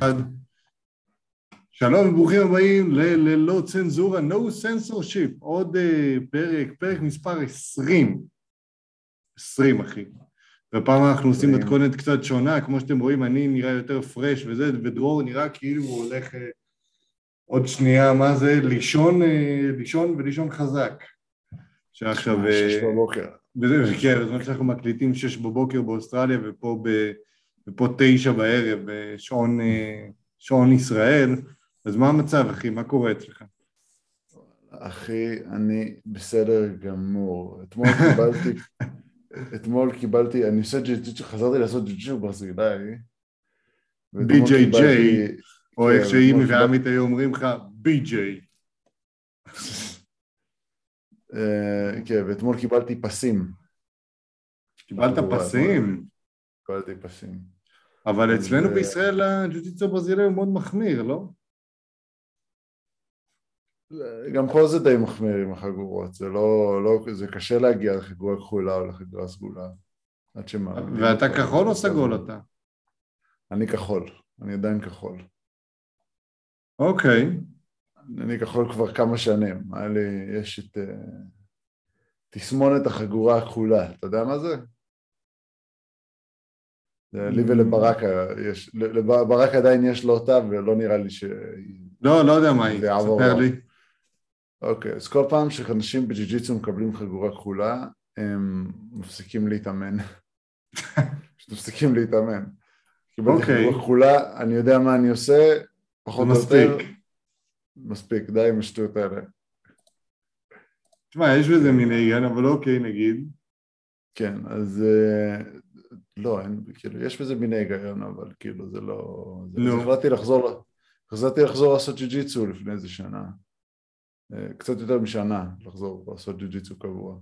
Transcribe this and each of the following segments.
שלום וברוכים הבאים ללא צנזורה, no censorship, עוד פרק מספר 20, אחי. והפעם אנחנו עושים מתכונת קצת שונה, כמו שאתם רואים, אני נראה יותר פרש וזה, ודרור נראה כאילו הוא הולך עוד שנייה, מה זה? לישון חזק. שעכשיו... 6 בבוקר. כן, בזמן שאנחנו מקליטים 6 בבוקר באוסטרליה, ופה 9 בערב, שעון ישראל. אז מה המצב, אחי? מה קורה אצלך? אחי, אני בסדר גמור. אתמול קיבלתי, אני עושה ג'יוג'יטסו, חזרתי לעשות ג'יוג'יטסו ברזילאי. BJJ, או איך שאימי ועמית היו אומרים לך, BJ. כן, ואתמול קיבלתי פסים. קיבלת פסים? קיבלתי פסים. אבל אצלנו בישראל הג'יוג'יטסו ברזילאי הוא מאוד מחמיר, לא? גם פה זה די מחמיר עם החגורות, זה קשה להגיע לחגורה כחולה או לחגורה סגולה. ואתה כחול או סגול אתה? אני כחול, אני עדיין כחול. אוקיי. אני כחול כבר כמה שנים, יש את תסמונת החגורה הכחולה, אתה יודע מה זה? לי ולברק, לברק עדיין יש לו אותה ולא נראה לי ש... לא יודע מה היא, ספר לי. אוקיי, אז כל פעם שאנשים בג'יוג'יטסו מקבלים חגורה כחולה, הם מפסיקים להתאמן. מפסיקים להתאמן. קיבלתי חגורה כחולה, אני יודע מה אני עושה, פחות או יותר. מספיק, די עם השטויות האלה. תשמע, יש בזה מין היגיון, אבל אוקיי, נגיד. כן, אז לא, כאילו, יש בזה מין היגיון, אבל כאילו זה לא... אז החלטתי לחזור לעשות ג'יוג'יטסו לפני איזה שנה. קצת יותר משנה לחזור לעשות ג'יוג'יטסו קבוע.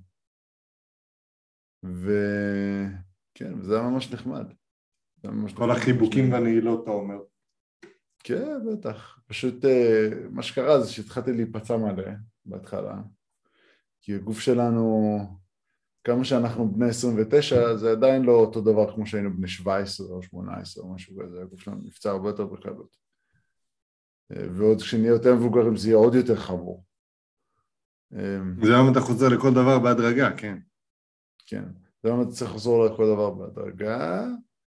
וכן, וזה היה ממש נחמד. כל החיבוקים והנעילות, אתה אומר. כן, בטח. פשוט מה שקרה זה שהתחלתי להיפצע מלא בהתחלה. כי הגוף שלנו, כמה שאנחנו בני 29, זה עדיין לא אותו דבר כמו שהיינו בני 17 או 18 או משהו כזה. הגוף שלנו נפצע הרבה יותר בקלות. ועוד כשנהיה יותר מבוגרים זה יהיה עוד יותר חמור. זה היום אתה חוזר לכל דבר בהדרגה, כן. כן, זה היום אתה צריך לחזור לכל דבר בהדרגה,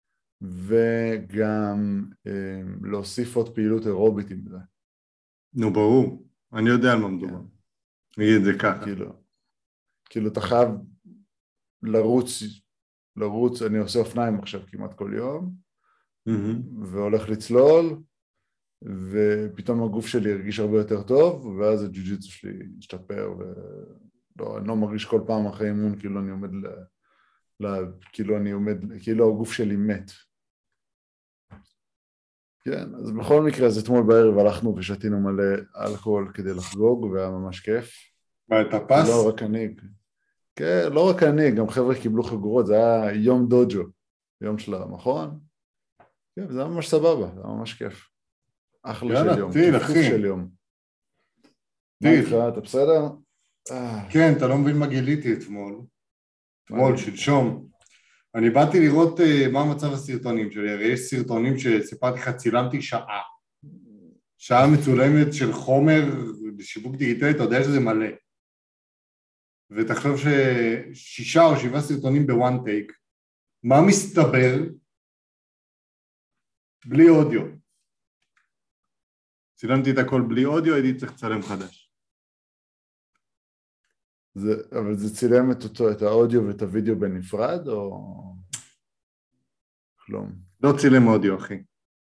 וגם להוסיף עוד פעילות אירובית עם זה. נו, ברור. אני יודע על מה מדובר. נגיד את זה ככה. כאילו אתה חייב לרוץ, אני עושה אופניים עכשיו כמעט כל יום, והולך לצלול, ופתאום הגוף שלי הרגיש הרבה יותר טוב, ואז הג'יוג'יטסו שלי השתפר, ואני לא מרגיש כל פעם אחרי אימון, כאילו הגוף שלי מת. כן, אז בכל מקרה, אז אתמול בערב הלכנו ושתינו מלא אלכוהול כדי לחגוג, והיה ממש כיף. ואתה פס? לא רק אני. כן, לא רק אני, גם חבר'ה קיבלו חגורות, זה היה יום דוג'ו, יום של המכון. כן, זה היה ממש סבבה, זה היה ממש כיף. אחלה של יום, כיף של יום. מה איתך, אתה בסדר? כן, אתה לא מבין מה גיליתי אתמול, שלשום. אני באתי לראות מה מצב הסרטונים שלי, הרי יש סרטונים שסיפרתי לך, צילמתי שעה מצולמת של חומר לשיווק דיגיטלי, אתה יודע שזה מלא. ותחשוב ש6 או 7 סרטונים בוואן טייק, מה מסתבר? בלי אודיו. צילמתי את הכל בלי אודיו, הייתי צריך לצלם חדש. אבל זה צילם את האודיו ואת הוידאו בנפרד, או כלום? לא צילם אודיו, אחי.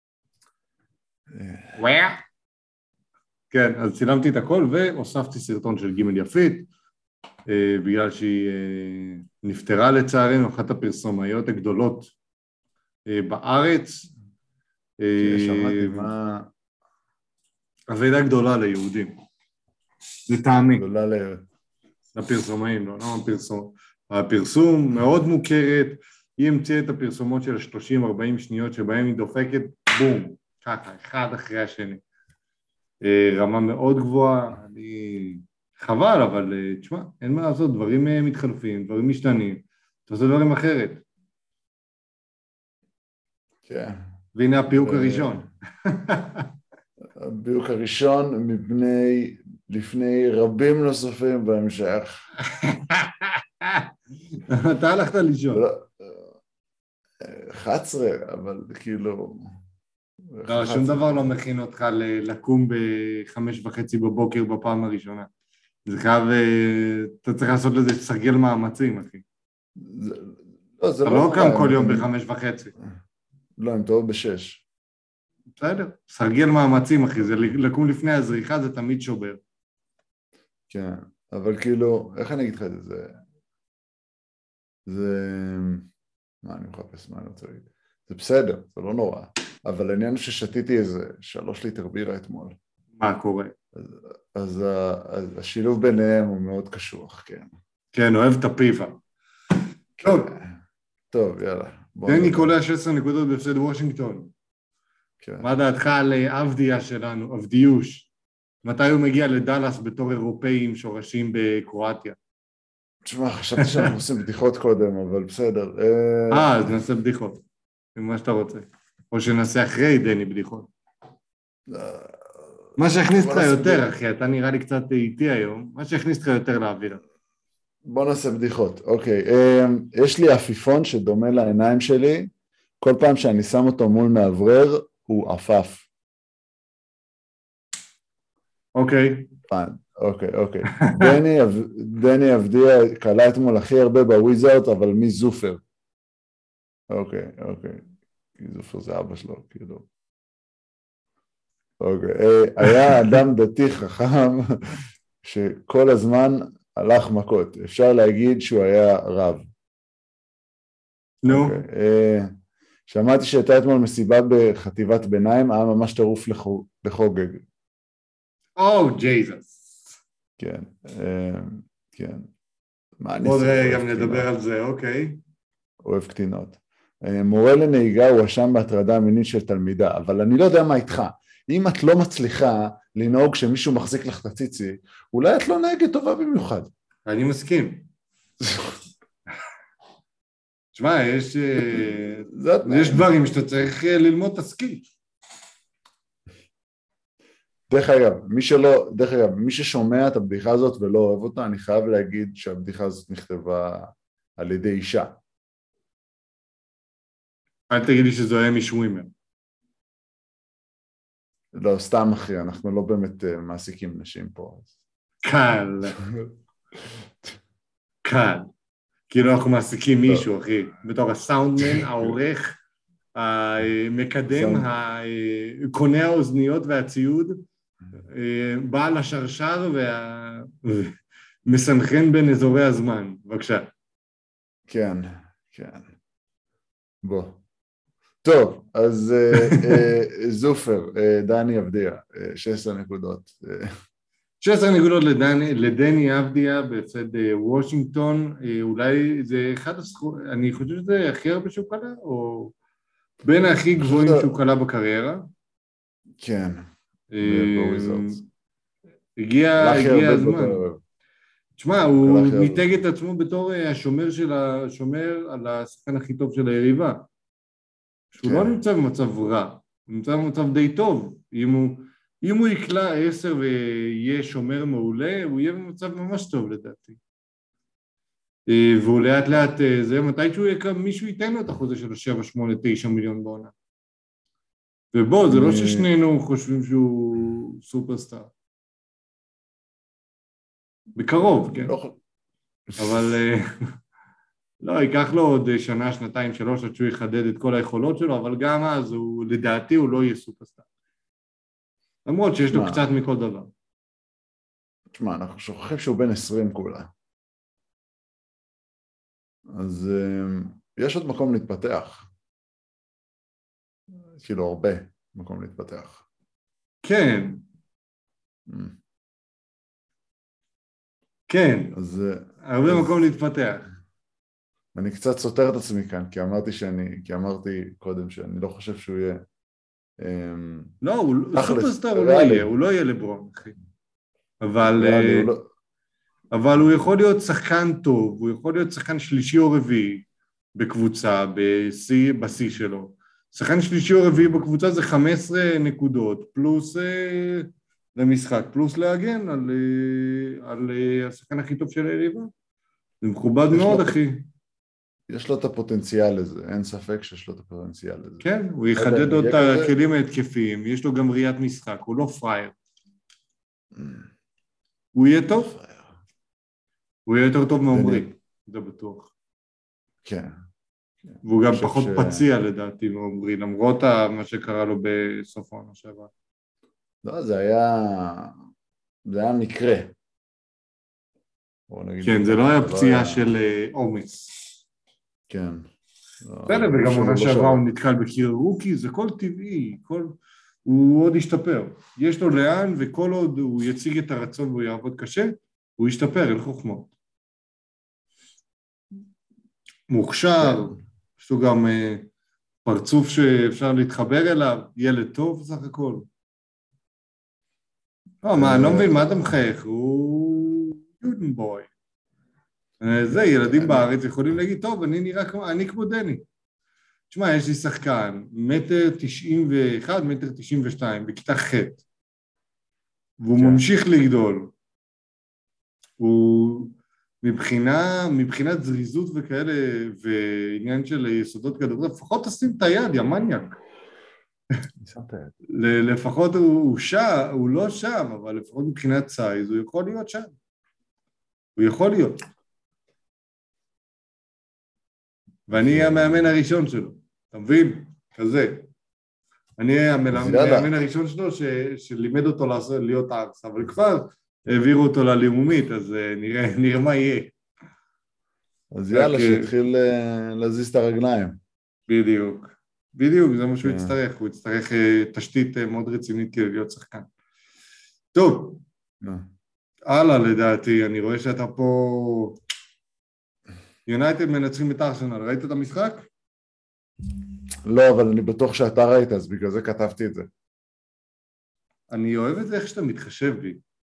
כן, אז צילמתי את הכל והוספתי סרטון של ג' יפית, בגלל שהיא נפטרה לצערנו, אחת הפרסומאיות הגדולות בארץ. שמעתי מה... אבדה גדולה ליהודים. לטעמי. גדולה ליהודים. לפרסומאים, לא הפרסום. הפרסום מאוד מוכרת, היא המציאה את הפרסומות של 30-40 שניות שבהם היא דופקת, בום, ככה, אחד אחרי השני. רמה מאוד גבוהה, חבל, אבל תשמע, אין מה לעשות, דברים מתחלפים, דברים משתנים, אתה עושה דברים אחרת. כן, והנה הפיוק הראשון. הביוק הראשון לפני רבים נוספים בהמשך. אתה הלכת לישון. 11, אבל כאילו... לא, שום דבר לא מכין אותך לקום ב5:30 בבוקר בפעם הראשונה. זה חייב, אתה צריך לעשות לזה סרגל מאמצים, אחי. אתה לא קם כל יום ב5:30. לא, הם טוב ב6. בסדר, סרגל מאמצים, אחי, זה לקום לפני הזריחה, זה תמיד שובר. כן, אבל כאילו, איך אני אגיד לך את זה? מה אני מחפש, מה אני רוצה להגיד? זה בסדר, זה לא נורא, אבל העניין ששתיתי איזה 3 ליטר בירה אתמול. מה קורה? אז השילוב ביניהם הוא מאוד קשוח, כן. כן, אוהב את הפיבה. טוב. טוב, יאללה. דני קולע 16 נקודות בהפסד וושינגטון. כן. מה דעתך על אבדיה שלנו, אבדיוש? מתי הוא מגיע לדלס בתור אירופאי עם שורשים בקרואטיה? תשמע, חשבתי שאנחנו עושים בדיחות קודם, אבל בסדר. אז נעשה בדיחות, מה שאתה רוצה. או שנעשה אחרי דני בדיחות. מה שהכניס לך יותר, אחי, אתה נראה לי קצת איטי היום, מה שהכניס לך יותר לאוויר. בוא נעשה בדיחות, אוקיי. יש לי עפיפון שדומה לעיניים שלי, כל פעם שאני שם אותו מול מאוורר, הוא עפף. אוקיי. אוקיי. דני אבדיה קלה אתמול הכי הרבה בוויזארט, אבל מי זופר? אוקיי. זופר זה אבא שלו, כאילו. אוקיי. היה אדם דתי חכם, שכל הזמן הלך מכות. אפשר להגיד שהוא היה רב. נו. שמעתי שהייתה אתמול מסיבה בחטיבת ביניים, היה ממש טירוף לחוגג. ג'ייזוס. כן. עוד רגע גם נדבר על זה, אוקיי. אוהב קטינות. מורה לנהיגה הואשם בהטרדה מינית של תלמידה, אבל אני לא יודע מה איתך. אם את לא מצליחה לנהוג כשמישהו מחזיק לך את הציצי, אולי את לא נהגת טובה במיוחד. אני מסכים. תשמע, יש דברים שאתה צריך ללמוד תסקית. דרך אגב, מי ששומע את הבדיחה הזאת ולא אוהב אותה, אני חייב להגיד שהבדיחה הזאת נכתבה על ידי אישה. אל תגיד לי שזו היה משווימר. לא, סתם אחי, אנחנו לא באמת מעסיקים נשים פה. קל. כאילו אנחנו מעסיקים מישהו, אחי. בתור הסאונדמן, העורך, המקדם, קונה האוזניות והציוד, בעל השרשר ומסנכרן בין אזורי הזמן. בבקשה. כן. בוא. טוב, אז זופר, דני אבדיה, 16 נקודות. 16 נקודות לדני אבדיה בהפסד וושינגטון, אולי זה אחד אני חושב שזה הכי הרבה שהוא קלה, או בין הכי גבוהים שהוא קלה בקריירה. כן, הגיע הזמן. תשמע, הוא ניתג את עצמו בתור השומר על השחקן הכי טוב של היריבה. שהוא לא נמצא במצב רע, הוא נמצא במצב די טוב. אם הוא יקלע 10 ויהיה שומר מעולה, הוא יהיה במצב ממש טוב לדעתי. והוא לאט לאט, זה מתי שהוא יקם, מישהו ייתן לו את החוזה של 7, 8, 9 מיליון בעונה. ובוא, זה לא ששנינו חושבים שהוא סופרסטאר. בקרוב, כן. אבל לא, ייקח לו עוד שנה, שנתיים, 3, עד שהוא יחדד את כל היכולות שלו, אבל גם אז, לדעתי, הוא לא יהיה סופרסטאר. למרות שיש לו קצת מכל דבר. תשמע, אנחנו שוכחים שהוא בן 20 כולה. אז יש עוד מקום להתפתח. כאילו הרבה מקום להתפתח. כן. כן. אז הרבה מקום להתפתח. אני קצת סותר את עצמי כאן, כי אמרתי קודם שאני לא חושב שהוא יהיה... לא, סופרסטאר הוא לא יהיה לברון, אחי. אבל הוא יכול להיות שחקן טוב, הוא יכול להיות שחקן שלישי או רביעי בקבוצה, בשיא שלו. שחקן שלישי או רביעי בקבוצה זה 15 נקודות, פלוס למשחק, פלוס להגן על השחקן הכי טוב של היריבה. זה מכובד מאוד, אחי. יש לו את הפוטנציאל לזה, אין ספק שיש לו את הפוטנציאל לזה. כן, הוא יחדד עוד את הכלים ההתקפיים, יש לו גם ראיית משחק, הוא לא פרייר. הוא יהיה טוב? הוא יהיה יותר טוב מעומרי, זה בטוח. כן. והוא גם פחות פציע לדעתי מעומרי, למרות מה שקרה לו בסוף העונה שעברה. לא, זה היה מקרה. כן, זה לא היה פציעה של אומץ. כן. בסדר, וגם עונה שעברה הוא נתקל בקיר רוקי, זה כל טבעי, הוא עוד ישתפר. יש לו לאן, וכל עוד הוא יציג את הרצון והוא יעבוד קשה, הוא ישתפר, אין חוכמות. מוכשר, יש לו גם פרצוף שאפשר להתחבר אליו, ילד טוב סך הכל. מה, אני לא מבין, מה אתה מחייך? הוא יודנבוי. זה, ילדים בארץ יכולים להגיד, טוב, אני כמו דני. תשמע, יש לי שחקן, 1.91 1.92 מטר, בכיתה ח' והוא ממשיך לגדול. הוא מבחינת זריזות וכאלה, ועניין של יסודות כדורגל, לפחות תשים את היד, יא מניאק. לפחות הוא לא שם, אבל לפחות מבחינת סייז, הוא יכול להיות שם. הוא יכול להיות. ואני אהיה המאמן הראשון שלו, אתה מבין? כזה. אני אהיה המאמן הראשון שלו שלימד אותו להיות ארץ, אבל כבר העבירו אותו ללאומית, אז נראה מה יהיה. אז יאללה, שהתחיל להזיז את הרגליים. בדיוק, זה מה שהוא יצטרך, הוא יצטרך תשתית מאוד רצינית כדי להיות שחקן. טוב, הלאה לדעתי, אני רואה שאתה פה... יונייטד מנצחים את ארסנל, ראית את המשחק? לא, אבל אני בטוח שאתה ראית, אז בגלל זה כתבתי את זה. אני אוהב את זה איך שאתה מתחשב בי.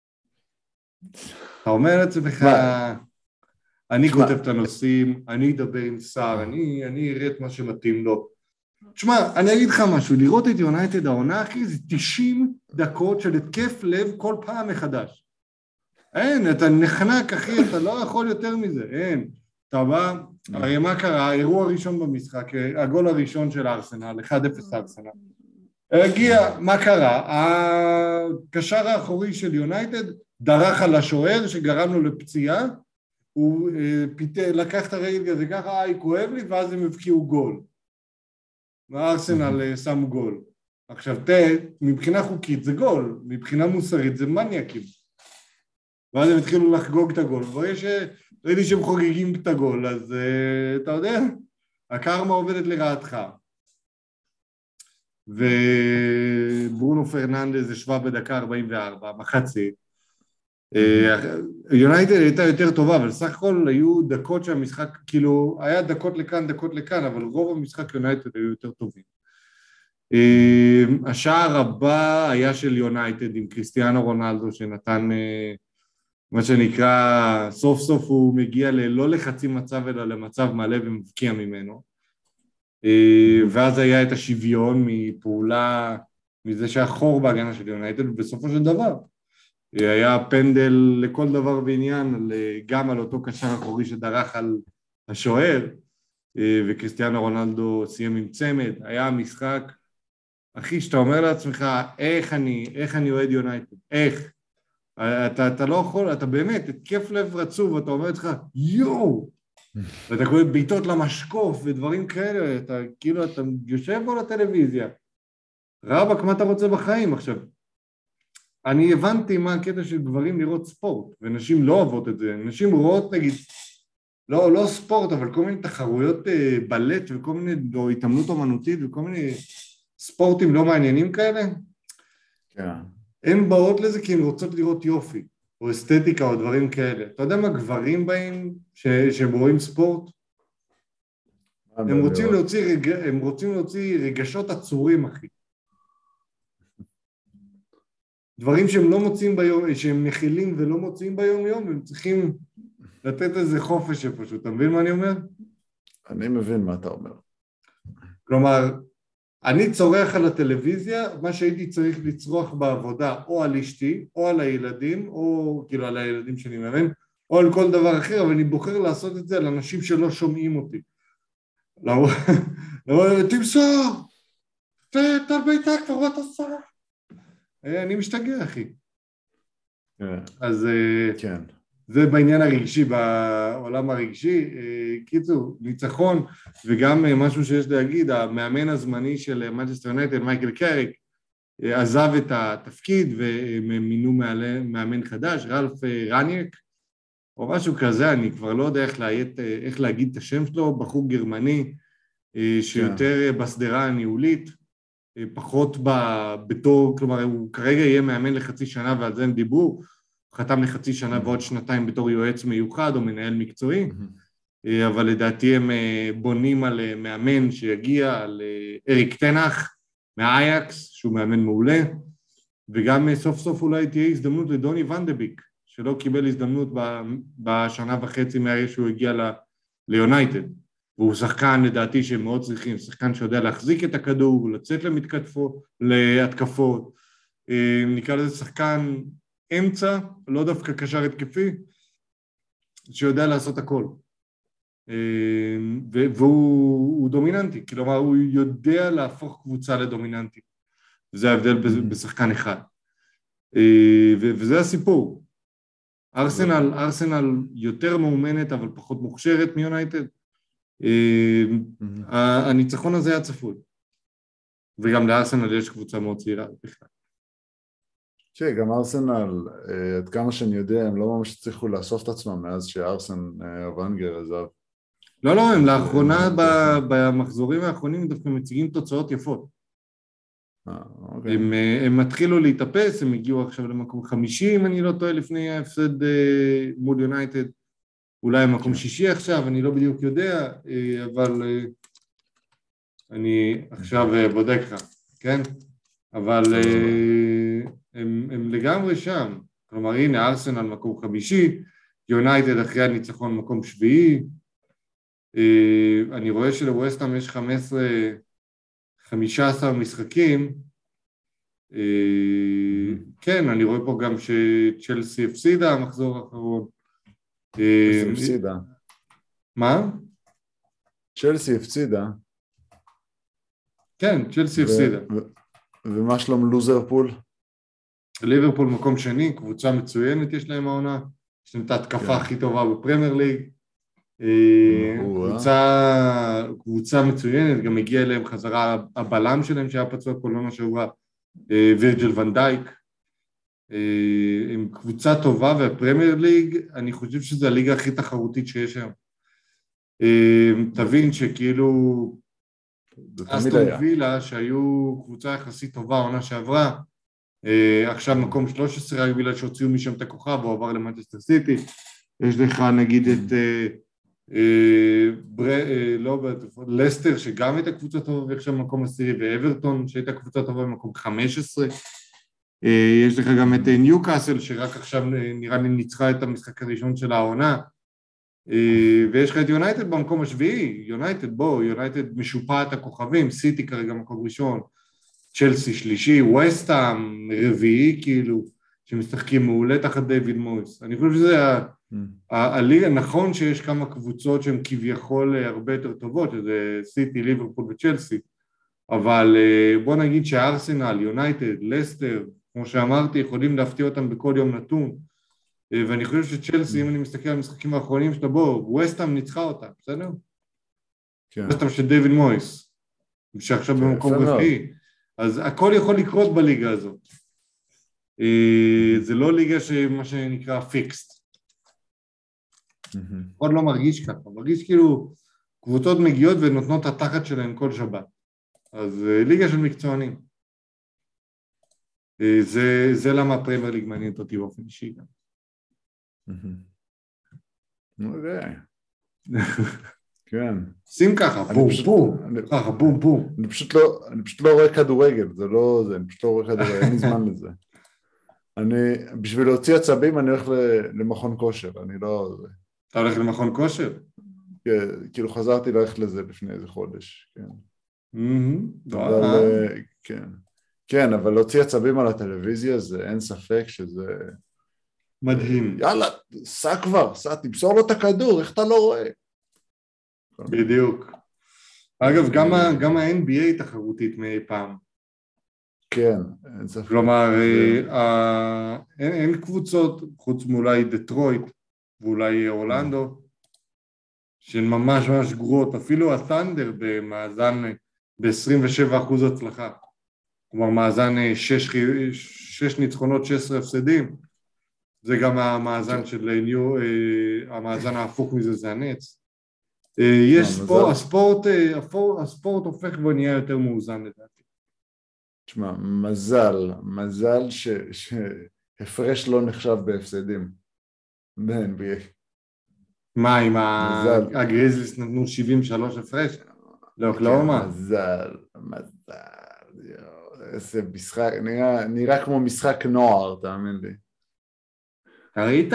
אתה אומר לעצמך, אני כותב את הנושאים, אני אדבר עם שר, אני אראה את מה שמתאים לו. תשמע, אני אגיד לך משהו, לראות את יונייטד העונה, אחי, זה 90 דקות של התקף לב כל פעם מחדש. אין, אתה נחנק, אחי, אתה לא יכול יותר מזה, אין. אתה בא, הרי מה קרה? האירוע הראשון במשחק, הגול הראשון של ארסנל, 1-0 ארסנל. הגיע, מה קרה? הקשר האחורי של יונייטד דרך על השוער שגרם לו לפציעה, הוא לקח את הרגל כזה ככה, כואב לי, ואז הם הבקיעו גול. וארסנל שמו גול. עכשיו, מבחינה חוקית זה גול, מבחינה מוסרית זה מניאקים. ואז הם התחילו לחגוג את הגול, ראיתי שהם חוגגים את הגול, אז אתה יודע, הקרמה עובדת לרעתך. וברונו פרננדז ישבה בדקה 44, מחצית. יונייטד הייתה יותר טובה, אבל סך הכל היו דקות שהמשחק, כאילו, היה דקות לכאן, אבל רוב המשחק יונייטד היו יותר טובים. השער הבא היה של יונייטד עם קריסטיאנו רונלדו, שנתן... מה שנקרא, סוף סוף הוא מגיע לא לחצי מצב, אלא למצב מלא ומבקיע ממנו. ואז היה את השוויון מפעולה, מזה שהחור בהגנה של יונייטד, ובסופו של דבר. היה פנדל לכל דבר בעניין, גם על אותו קשר אחורי שדרך על השוער, וקריסטיאנו רונלדו סיים עם צמד. היה משחק, אחי, שאתה אומר לעצמך, איך אני אוהד יונייטד? איך? אתה לא יכול, אתה באמת, התקף לב רצוף, אתה אומר לך, יואו, ואתה קורא בעיטות למשקוף ודברים כאלה, אתה כאילו, אתה יושב בו לטלוויזיה, רבק, מה אתה רוצה בחיים? עכשיו, אני הבנתי מה הקטע של גברים לראות ספורט, ונשים לא אוהבות את זה, נשים רואות, נגיד, לא ספורט, אבל כל מיני תחרויות בלט, וכל מיני, או התאמנות אומנותית, וכל מיני ספורטים לא מעניינים כאלה. כן. הן באות לזה כי הן רוצות לראות יופי, או אסתטיקה, או דברים כאלה. אתה יודע מה גברים באים שרואים ספורט? הם רוצים להוציא רגשות עצורים, אחי. דברים שהם לא מוצאים ביום, שהם מכילים ולא מוצאים ביום יום, הם צריכים לתת איזה חופש פשוט. אתה מבין מה אני אומר? אני מבין מה אתה אומר. כלומר, אני צורח על הטלוויזיה, מה שהייתי צריך לצרוח בעבודה, או על אשתי, או על הילדים, או כאילו על הילדים שאני מאמן, או על כל דבר אחר, אבל אני בוחר לעשות את זה על אנשים שלא שומעים אותי. לא, תמסור, תל ביתה כבר מה אתה עושה? אני משתגע, אחי. אז כן. זה בעניין הרגשי, בעולם הרגשי. קיצור, ניצחון, וגם משהו שיש להגיד, המאמן הזמני של מנצ'סטר יונייטד, מייקל קריק, עזב את התפקיד ומינו מאמן חדש, רלף רניאק, או משהו כזה, אני כבר לא יודע איך להגיד את השם שלו, בחור גרמני, שיותר בסדרה הניהולית, פחות בתור, כלומר הוא כרגע יהיה מאמן לחצי שנה ועל זה הם דיברו, חתם לחצי שנה ועוד שנתיים בתור יועץ מיוחד או מנהל מקצועי, אבל לדעתי הם בונים על מאמן שיגיע, על אריק תנח מהאייקס, שהוא מאמן מעולה, וגם סוף סוף אולי תהיה הזדמנות לדוני ונדביק, שלא קיבל הזדמנות בשנה וחצי מהרגע שהוא הגיע ליונייטד, והוא שחקן לדעתי שהם מאוד צריכים, שחקן שיודע להחזיק את הכדור, לצאת להתקפות, נקרא לזה שחקן אמצע, לא דווקא קשר התקפי, שיודע לעשות הכל. והוא דומיננטי, כלומר הוא יודע להפוך קבוצה לדומיננטית, וזה ההבדל בשחקן אחד. וזה הסיפור. ארסנל יותר מאומנת אבל פחות מוכשרת מיונייטד. הניצחון הזה היה צפוי. וגם לארסנל יש קבוצה מאוד צעירה בכלל. גם ארסנל, עד כמה שאני יודע, הם לא ממש הצליחו לאסוף את עצמם מאז שארסן ונגר עזב. לא, הם לאחרונה במחזורים האחרונים דווקא מציגים תוצאות יפות. הם התחילו להתאפס, הם הגיעו עכשיו למקום 50, אני לא טועה, לפני ההפסד מול יונייטד, אולי מקום שישי עכשיו, אני לא בדיוק יודע, אבל אני עכשיו בודק לך, כן? אבל הם לגמרי שם, כלומר הנה ארסנל מקום חמישי, יונייטד אחרי הניצחון מקום שביעי, אני רואה שלווסטהאם יש 15 משחקים, כן, אני רואה פה גם שצ'לסי הפסידה המחזור האחרון. צ'לסי הפסידה. מה? צ'לסי הפסידה. כן, צ'לסי הפסידה. ומה שלום לוזרפול? ליברפול מקום שני, קבוצה מצוינת יש להם העונה, יש להם את ההתקפה הכי טובה בפרמייר ליג, קבוצה מצוינת, גם הגיע אליהם חזרה הבלם שלהם שהיה פצוע כל עונה שעברה, וירג'יל ון דייק, עם קבוצה טובה, והפרמייר ליג, אני חושב שזו הליגה הכי תחרותית שיש היום. תבין שכאילו אסטון וילה, שהיו קבוצה יחסית טובה עונה שעברה, עכשיו מקום 13 רק בגלל שהוציאו משם את הכוכב, הוא עבר למנצ'סטר סיטי, יש לך נגיד את לסטר שגם הייתה קבוצה טובה ועכשיו מקום 10, ואברטון שהייתה קבוצה טובה במקום 15, יש לך גם את ניוקאסל שרק עכשיו נראה לי ניצחה את המשחק הראשון של העונה, ויש לך את יונייטד במקום השביעי, יונייטד משופעת הכוכבים, סיטי כרגע מקום ראשון, צ'לסי שלישי, ווסטהאם רביעי כאילו, שמשחקים מעולה תחת דיוויד מויס. אני חושב שזה הליגה, נכון שיש כמה קבוצות שהן כביכול הרבה יותר טובות, שזה סיטי, ליברפול וצ'לסי, אבל בוא נגיד שארסנל, יונייטד, לסטר, כמו שאמרתי, יכולים להפתיע אותם בכל יום נתון, ואני חושב שצ'לסי, אם אני מסתכל על המשחקים האחרונים שלה, ווסטהאם ניצחה אותה, בסדר? ווסטהאם של דיוויד מויס, שעכשיו במקום רביעי. אז הכל יכול לקרות בליגה הזאת. זה לא ליגה שמה שנקרא פיקסט. עוד לא מרגיש ככה, מרגיש כאילו קבוצות מגיעות ונותנות את התחת שלהם כל שבת. אז ליגה של מקצוענים. זה למה הפרמייר ליג מעניינת אותי באופן אישי גם. כן. שים ככה, בום בום, ככה בום בום. אני פשוט לא רואה כדורגל, זה לא זה, אני פשוט לא רואה כדורגל, אין לי זמן לזה. בשביל להוציא עצבים אני הולך למכון כושר, אני לא... אתה הולך למכון כושר? כאילו חזרתי ללכת לזה לפני איזה חודש, כן. אבל כן. כן, אבל להוציא עצבים על הטלוויזיה, זה אין ספק שזה... מדהים. יאללה, סע כבר, תמסור לו את הכדור, איך אתה לא רואה? בדיוק. אגב, גם ה-NBA תחרותית מאי פעם. כן, אין ספק. כלומר, אין קבוצות, חוץ מאולי דטרויט ואולי אורלנדו, שהן ממש ממש גרועות, אפילו הסנדר במאזן ב-27% הצלחה. כלומר, מאזן 6 ניצחונות, 16 הפסדים, זה גם המאזן של המאזן ההפוך מזה, זה הנץ. יש הספורט הופך ונהיה יותר מאוזן לדעתי. תשמע, מזל שהפרש לא נחשב בהפסדים ב-NBA. מה, עם הגריזליס נתנו 73 הפרש? לאוקלהומה? מזל. איזה משחק, נראה כמו משחק נוער, תאמין לי. ראית?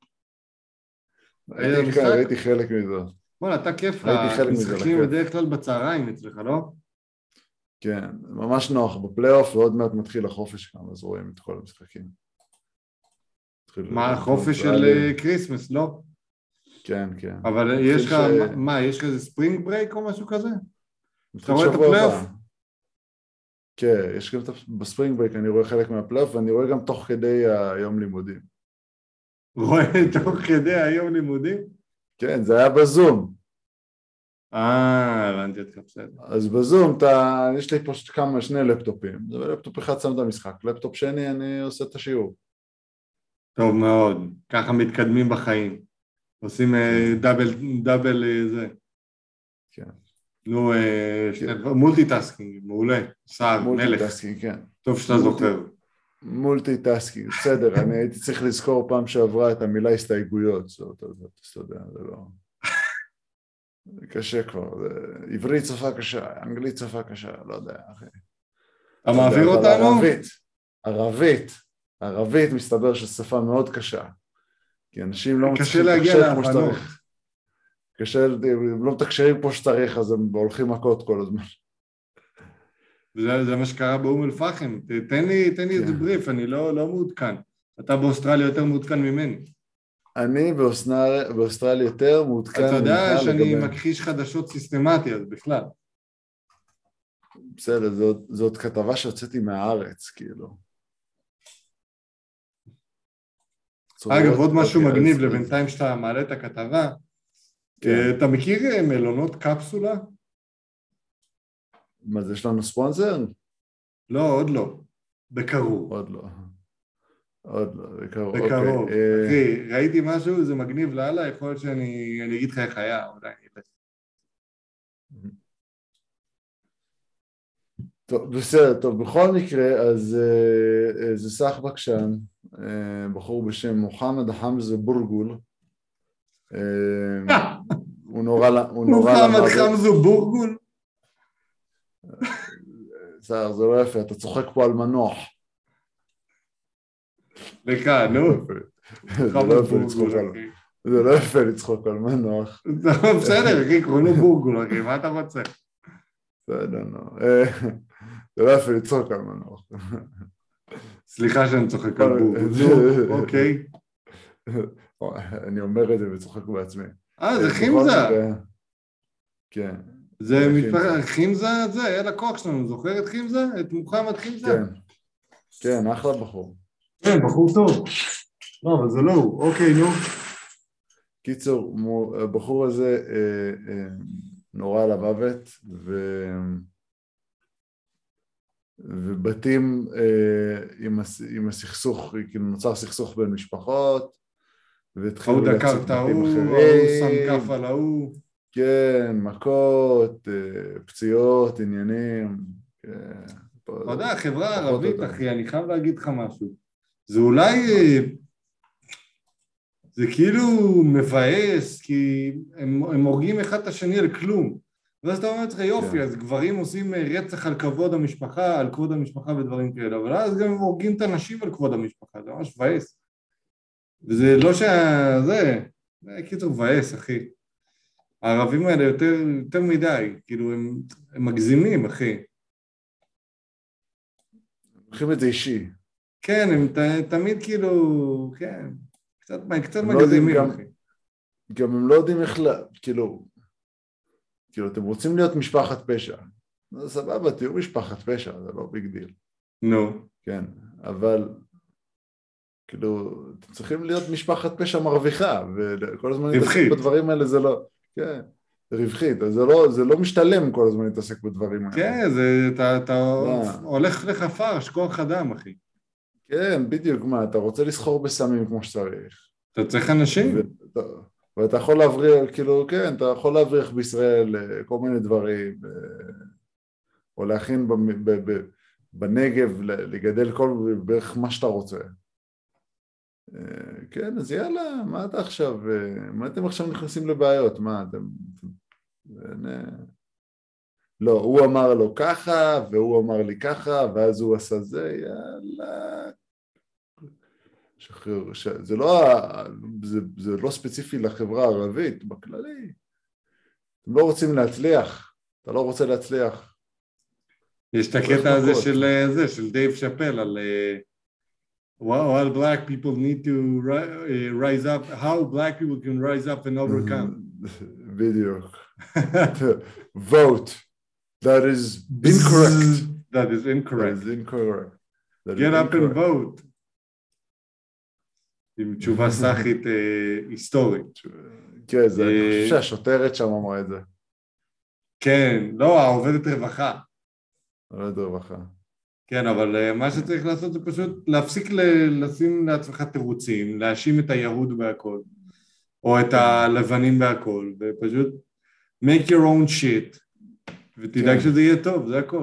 ראיתי חלק מזה. בוא'נה, אתה כיף לך, משחקים בדרך כלל בצהריים אצלך, לא? כן, ממש נוח בפלייאוף, ועוד מעט מתחיל החופש כאן, אז רואים את כל המשחקים. מה, החופש של קריסמס, לא? כן, כן. אבל יש לך, מה, יש לך איזה ספרינג ברייק או משהו כזה? אתה רואה את הפלייאוף? כן, יש גם בספרינג ברייק, אני רואה חלק מהפלייאוף, ואני רואה גם תוך כדי היום לימודים. רואה תוך כדי היום לימודים? כן, זה היה בזום. הבנתי אותך בסדר. אז בזום, יש לי פה שני לפטופים. לפטופ אחד שם את המשחק, לפטופ שני אני עושה את השיעור. טוב מאוד, ככה מתקדמים בחיים. עושים דאבל זה. כן. נו, מולטיטאסקינג, מעולה. שר, מלך. מולטיטאסקינג, כן. טוב שאתה זוכר. מולטיטאסקינג, בסדר, אני הייתי צריך לזכור פעם שעברה את המילה הסתייגויות, זאת, אתה יודע, זה לא... קשה כבר, עברית שפה קשה, אנגלית שפה קשה, לא יודע, אחי. אתה מעביר אותנו? ערבית מסתבר ששפה מאוד קשה, כי אנשים לא מצליחים לתקשר כמו שצריך. קשה, הם לא מתקשרים כמו שצריך, אז הם הולכים מכות כל הזמן. זה מה שקרה באום אל-פחם, תן לי איזה בריף, אני לא מעודכן. אתה באוסטרליה יותר מעודכן ממני. אני באוסטרליה יותר מעודכן. אתה יודע שאני מכחיש חדשות סיסטמטי, אז בכלל. בסדר, זאת כתבה שהוצאתי מהארץ, כאילו. אגב, עוד משהו מגניב לבינתיים שאתה מעלה את הכתבה. אתה מכיר מלונות קפסולה? מה זה, יש לנו ספונסר? לא, עוד לא. בקרוב. עוד לא, בקרוב. בקרוב. אחי, ראיתי משהו, זה מגניב לאללה, יכול להיות שאני אגיד לך איך היה, אולי אני אגיד. טוב, בסדר, טוב, בכל מקרה, אז זה סח בקשן, בחור בשם מוחמד חמזה בורגול, הוא נורא למוות. מוחמד חמזה בורגול? בסדר, זה לא יפה, אתה צוחק פה על מנוח. לך, נו. זה לא יפה לצחוק על מנוח. בסדר, אחי, קוראים לו בורגול, אחי, מה אתה רוצה? בסדר, נו. זה לא יפה לצחוק על מנוח. סליחה שאני צוחק על בורגול, אוקיי. אני אומר את זה וצוחק בעצמי. זה חימזה. כן. זה חימזה, זה היה לקוח שלנו, זוכר את חימזה? את מוחמד חימזה? כן, אחלה בחור. כן, בחור טוב. לא, אבל זה לא הוא. אוקיי, נו. קיצור, הבחור הזה נורא על המוות, ובתים עם הסכסוך, כאילו נוצר סכסוך בין משפחות, והתחילו להציג בתים אחרים. ההוא שם כף על ההוא. כן, מכות, פציעות, עניינים. אתה יודע, החברה הערבית, אחי, אני חייב להגיד לך משהו. זה אולי, זה כאילו מבאס, כי הם הורגים אחד את השני על כלום. ואז אתה אומר לך, יופי, אז גברים עושים רצח על כבוד המשפחה, על כבוד המשפחה ודברים כאלה, אבל אז גם הם הורגים את הנשים על כבוד המשפחה, זה ממש מבאס. וזה לא זה קיצור מבאס, אחי. הערבים האלה יותר מדי, כאילו הם מגזימים, אחי. לוקחים את זה אישי. כן, הם תמיד כאילו, כן, קצת הם לא יודעים מגזימים, אחי. גם הם לא יודעים איך, כאילו, אתם רוצים להיות משפחת פשע. סבבה, תהיו משפחת פשע, זה לא ביג דיל. נו. כן, אבל כאילו, אתם צריכים להיות משפחת פשע מרוויחה, וכל הזמן להתעסק בדברים האלה זה לא, כן, רווחית, זה לא משתלם כל הזמן להתעסק בדברים האלה. כן, אתה הולך לך פרש, כוח אדם, אחי. כן, בדיוק, מה, אתה רוצה לסחור בסמים כמו שצריך. אתה צריך אנשים. ואתה יכול להבריח, כאילו, כן, אתה יכול להבריח בישראל כל מיני דברים, או להכין בנגב, לגדל בערך מה שאתה רוצה. כן, אז יאללה, מה אתה עכשיו, מה אתם עכשיו נכנסים לבעיות? מה אתם... לא, הוא אמר לו ככה, והוא אמר לי ככה, ואז הוא עשה זה, יאללה. שחרר, זה לא ספציפי לחברה הערבית, בכללי. אתם לא רוצים להצליח, אתה לא רוצה להצליח. יש את הקטע הזה של דייב שאפל על while black people need to rise up, how black people can rise up and overcome. בדיוק. Vote. That is incorrect. That is incorrect. That is incorrect. Get up and vote. עם תשובה סאחית היסטורית. כן, אני חושב שהשוטרת שם אמרה את זה. כן, לא, העובדת רווחה. עובדת רווחה. כן, אבל מה שצריך לעשות זה פשוט להפסיק לשים לעצמך תירוצים, להאשים את היהוד בהכל, או את הלבנים בהכל, ופשוט make your own shit, ותדאג שזה יהיה טוב, זה הכל.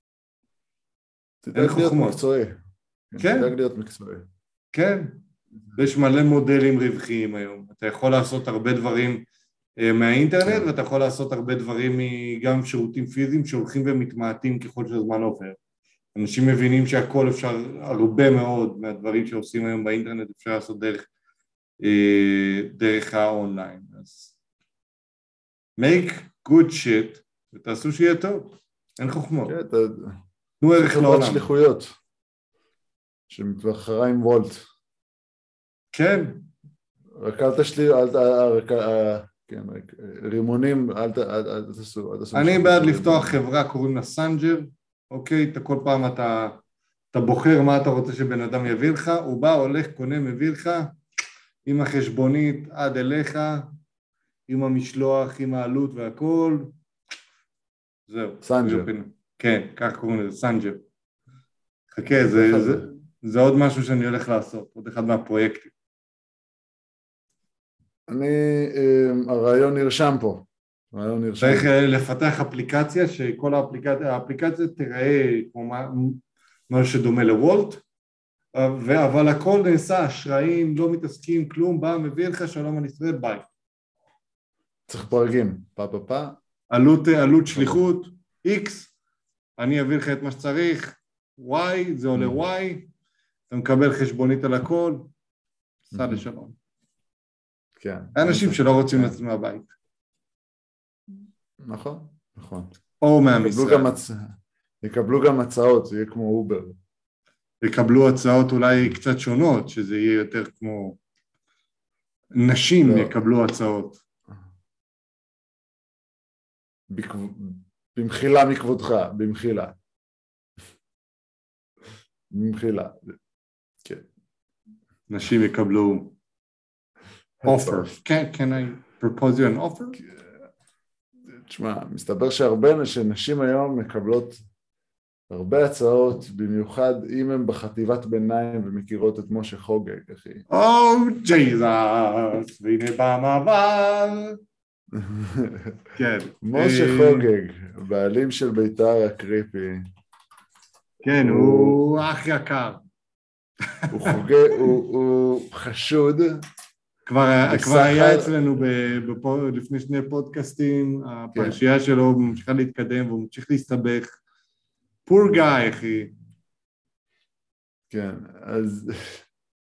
תדאג להיות מקצועי. כן. תדאג להיות מקצועי. כן. יש מלא מודלים רווחיים היום. אתה יכול לעשות הרבה דברים מהאינטרנט, ואתה יכול לעשות הרבה דברים גם שירותים פיזיים שהולכים ומתמעטים ככל שהזמן עובר. אנשים מבינים שהכל אפשר, הרבה מאוד מהדברים שעושים היום באינטרנט אפשר לעשות דרך האונליין. אז make good shit ותעשו שיהיה טוב. אין חוכמות. תנו ערך לעולם. שליחויות שמתחרה עם וולט. כן. רק אל תשלי, כן, רימונים, אל תעשו. אני בעד לפתוח חברה, קוראים לה סנג'ר, אוקיי? אתה כל פעם אתה בוחר מה אתה רוצה שבן אדם יביא לך, הוא בא, הולך, קונה, מביא לך, עם החשבונית עד אליך, עם המשלוח, עם העלות והכל, זהו. סנג'ר. כן, כך קוראים לזה, סנג'ר. חכה, זה עוד משהו שאני הולך לעשות, עוד אחד מהפרויקטים. הרעיון נרשם פה. צריך לפתח אפליקציה, שכל האפליקציה תראה כמו מה שדומה לוולט, אבל הכל נעשה, אשראים, לא מתעסקים, כלום, בא, מביא לך, שלום על ישראל, ביי. צריך פרגים, פה. עלות שליחות, X, אני אביא לך את מה שצריך, Y, זה עולה Y, אתה מקבל חשבונית על הכל, סע לשלום. כן. האנשים שלא רוצים לצאת מהבית. נכון. או מהמשרד. יקבלו גם הצעות, זה יהיה כמו אובר. יקבלו הצעות אולי קצת שונות, שזה יהיה יותר כמו נשים יקבלו הצעות. במחילה מכבודך, במחילה. כן. נשים יקבלו offer. Can I propose you an offer? תשמע, מסתבר שנשים היום מקבלות הרבה הצעות, במיוחד אם הן בחטיבת ביניים ומכירות את משה חוגג, אחי. ג'ייזוס, והנה במעבר. כן. משה חוגג, בעלים של בית"ר הקריפי. כן, הוא אח יקר. הוא חשוד. כבר היה אצלנו לפני 2 פודקאסטים, הפרשייה שלו ממשיכה להתקדם והוא ממשיך להסתבך. פור גאי, אחי. כן, אז...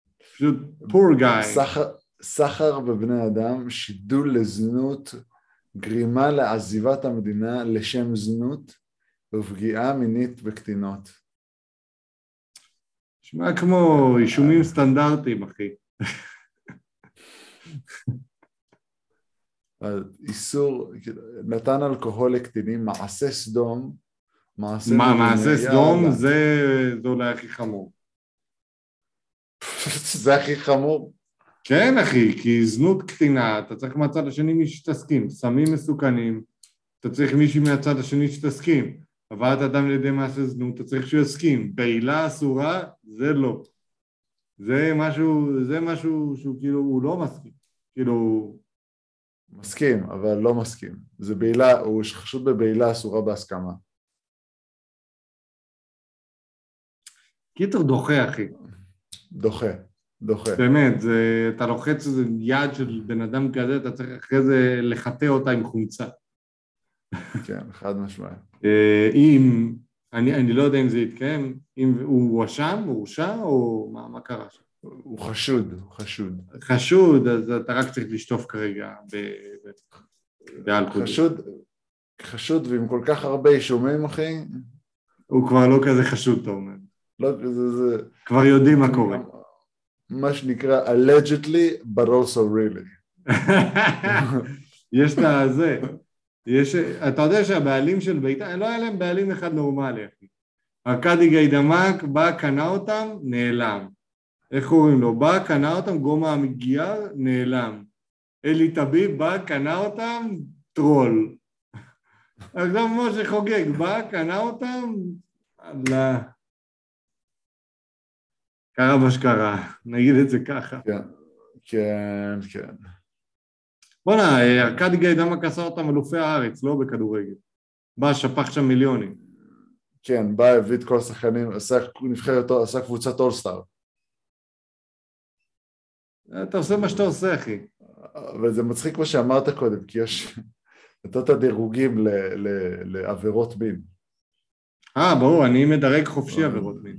פשוט פור גאי. סחר בבני אדם, שידול לזנות, גרימה לעזיבת המדינה לשם זנות ופגיעה מינית בקטינות. נשמע כמו אישומים סטנדרטיים, אחי. איסור, נתן אלכוהול לקטינים, מעשה סדום, מעשה סדום זה אולי הכי חמור. זה הכי חמור. כן, אחי, כי זנות קטינה, אתה צריך מהצד השני מי שתסכים, סמים מסוכנים, אתה צריך מישהי מהצד השני שתסכים, הבאת אדם לידי מעשה זנות, אתה צריך שהוא יסכים, בעילה אסורה, זה לא. זה משהו שהוא כאילו, הוא לא מסכים, כאילו... מסכים, אבל לא מסכים. זה בעילה, הוא חשוד בבעילה אסורה בהסכמה. קיצור דוחה, אחי. דוחה. באמת, אתה לוחץ איזה יד של בן אדם כזה, אתה צריך אחרי זה לחטא אותה עם חומצה. כן, חד משמעית. אני לא יודע אם זה יתקיים, אם הוא הואשם, הוא הורשע, או מה קרה שם? הוא חשוד. חשוד, אז אתה רק צריך לשטוף כרגע באלכוהול. חשוד ועם כל כך הרבה אישומים, אחי. הוא כבר לא כזה חשוד, אתה אומר. לא, זה... כבר יודעים מה קורה. מה שנקרא allegedly, but also really. יש את זה. אתה יודע שהבעלים של בית"ר, לא היה להם בעלים אחד נורמלי, אחי. ארכדי גיידמק בא, קנה אותם, נעלם. איך קוראים לו? בא, קנה אותם, גומא המגייר, נעלם. אלי טביב בא, קנה אותם, טרול. עכשיו משה חוגג בא, קנה אותם, אללה. קרה מה שקרה, נגיד את זה ככה. כן. בוא'נה, ארכדי גיידמק עשה אותם אלופי הארץ, לא בכדורגל. בא, שפך שם מיליונים. כן, בא, הביא את כל השחקנים, עשה קבוצת אולסטאר. אתה עושה מה שאתה עושה, אחי. אבל זה מצחיק מה שאמרת קודם, כי יש... נתת דירוגים לעבירות מין. ברור, אני מדרג חופשי עבירות מין.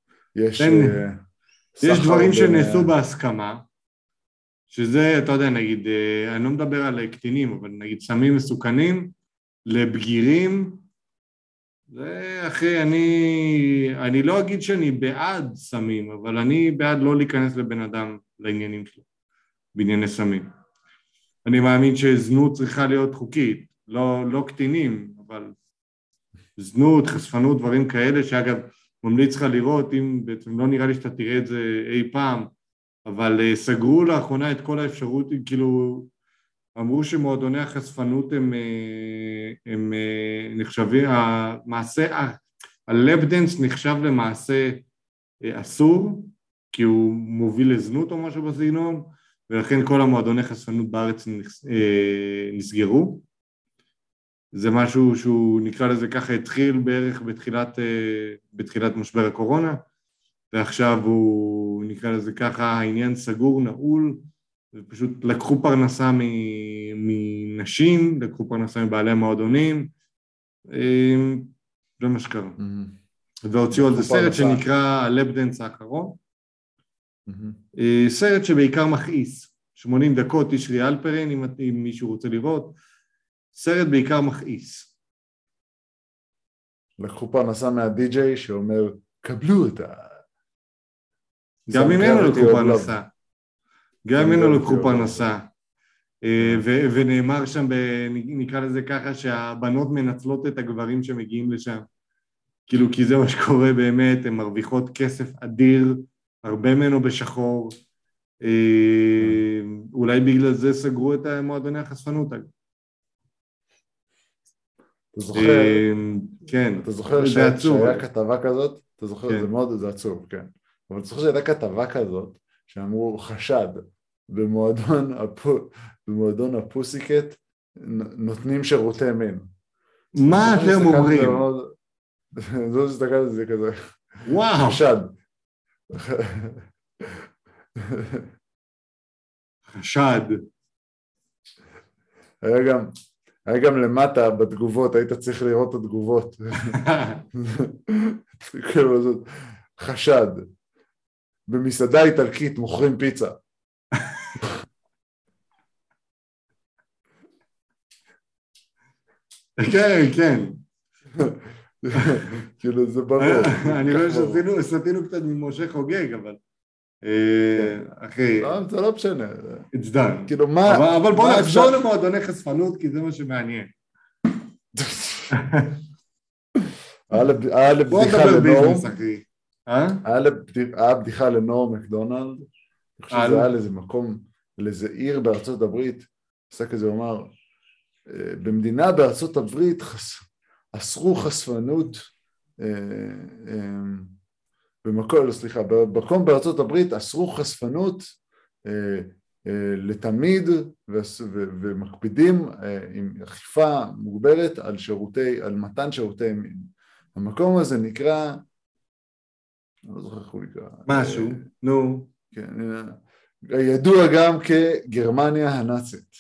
יש דברים שנעשו בהסכמה, שזה, אתה יודע, נגיד, אני לא מדבר על קטינים, אבל נגיד סמים מסוכנים, לבגירים, זה, אחי, אני לא אגיד שאני בעד סמים, אבל אני בעד לא להיכנס לבן אדם לעניינים שלו, בענייני סמים. אני מאמין שזנות צריכה להיות חוקית, לא קטינים, אבל זנות, חשפנות, דברים כאלה, שאגב, ממליץ לך לראות, אם בעצם לא נראה לי שאתה תראה את זה אי פעם, אבל סגרו לאחרונה את כל האפשרות, כאילו, אמרו שמועדוני החשפנות הם נחשבים, המעשה, הלאפ-דנס נחשב למעשה אסור, כי הוא מוביל לזנות או משהו בסגנון, ולכן כל המועדוני חשפנות בארץ נסגרו. זה משהו שהוא נקרא לזה ככה, התחיל בערך בתחילת משבר הקורונה, ועכשיו הוא נקרא לזה ככה, העניין סגור, נעול, ופשוט לקחו פרנסה מנשים, לקחו פרנסה מבעלי המועדונים, זה מה שקרה. והוציאו על זה סרט שנקרא הלאפ-דנס האחרון, סרט שבעיקר מכעיס, 80 דקות, תשרי אלפרין, אם מישהו רוצה לראות, סרט בעיקר מכעיס. לקחו פרנסה מהדי-ג'יי שאומר, קבלו אותה. גם ממנו לקחו פרנסה. גם ממנו לקחו פרנסה. ונאמר שם, נקרא לזה ככה, שהבנות מנצלות את הגברים שמגיעים לשם. כאילו, כי זה מה שקורה באמת, הן מרוויחות כסף אדיר, הרבה ממנו בשחור. אולי בגלל זה סגרו את מועדוני החשפנות. אתה זוכר? כן. אתה זוכר שהיה כתבה כזאת? אתה זוכר? זה מאוד, זה עצוב, כן. אבל אתה זוכר שהייתה כתבה כזאת, שאמרו חשד, במועדון הפוסיקט נותנים שירותי מין. מה אתם אומרים? זו שתסתכל על זה כזה. וואו. חשד. חשד. היה גם למטה בתגובות, היית צריך לראות את התגובות. חשד. במסעדה איטלקית מוכרים פיצה. כן, כן. כאילו זה ברור. אני רואה שסתינו קצת ממשה חוגג, אבל... אחי... לא, זה לא משנה. It's done. כאילו מה... אבל בוא נחזור למועדוני חשפנות, כי זה מה שמעניין. היה לבדיחה לנורם. היה בדיחה לנורם מקדונלד. אני חושב שזה היה לאיזה מקום, לאיזה עיר בארצות הברית. עשה כזה, הוא אמר, במדינה בארצות הברית אסרו חשפנות, במקום בארצות הברית אסרו חשפנות לתמיד, ומקפידים עם אכיפה מוגברת על מתן שירותי מין. המקום הזה נקרא, אני לא זוכר איך הוא נקרא. משהו, נו. כן, ידוע גם כגרמניה הנאצית.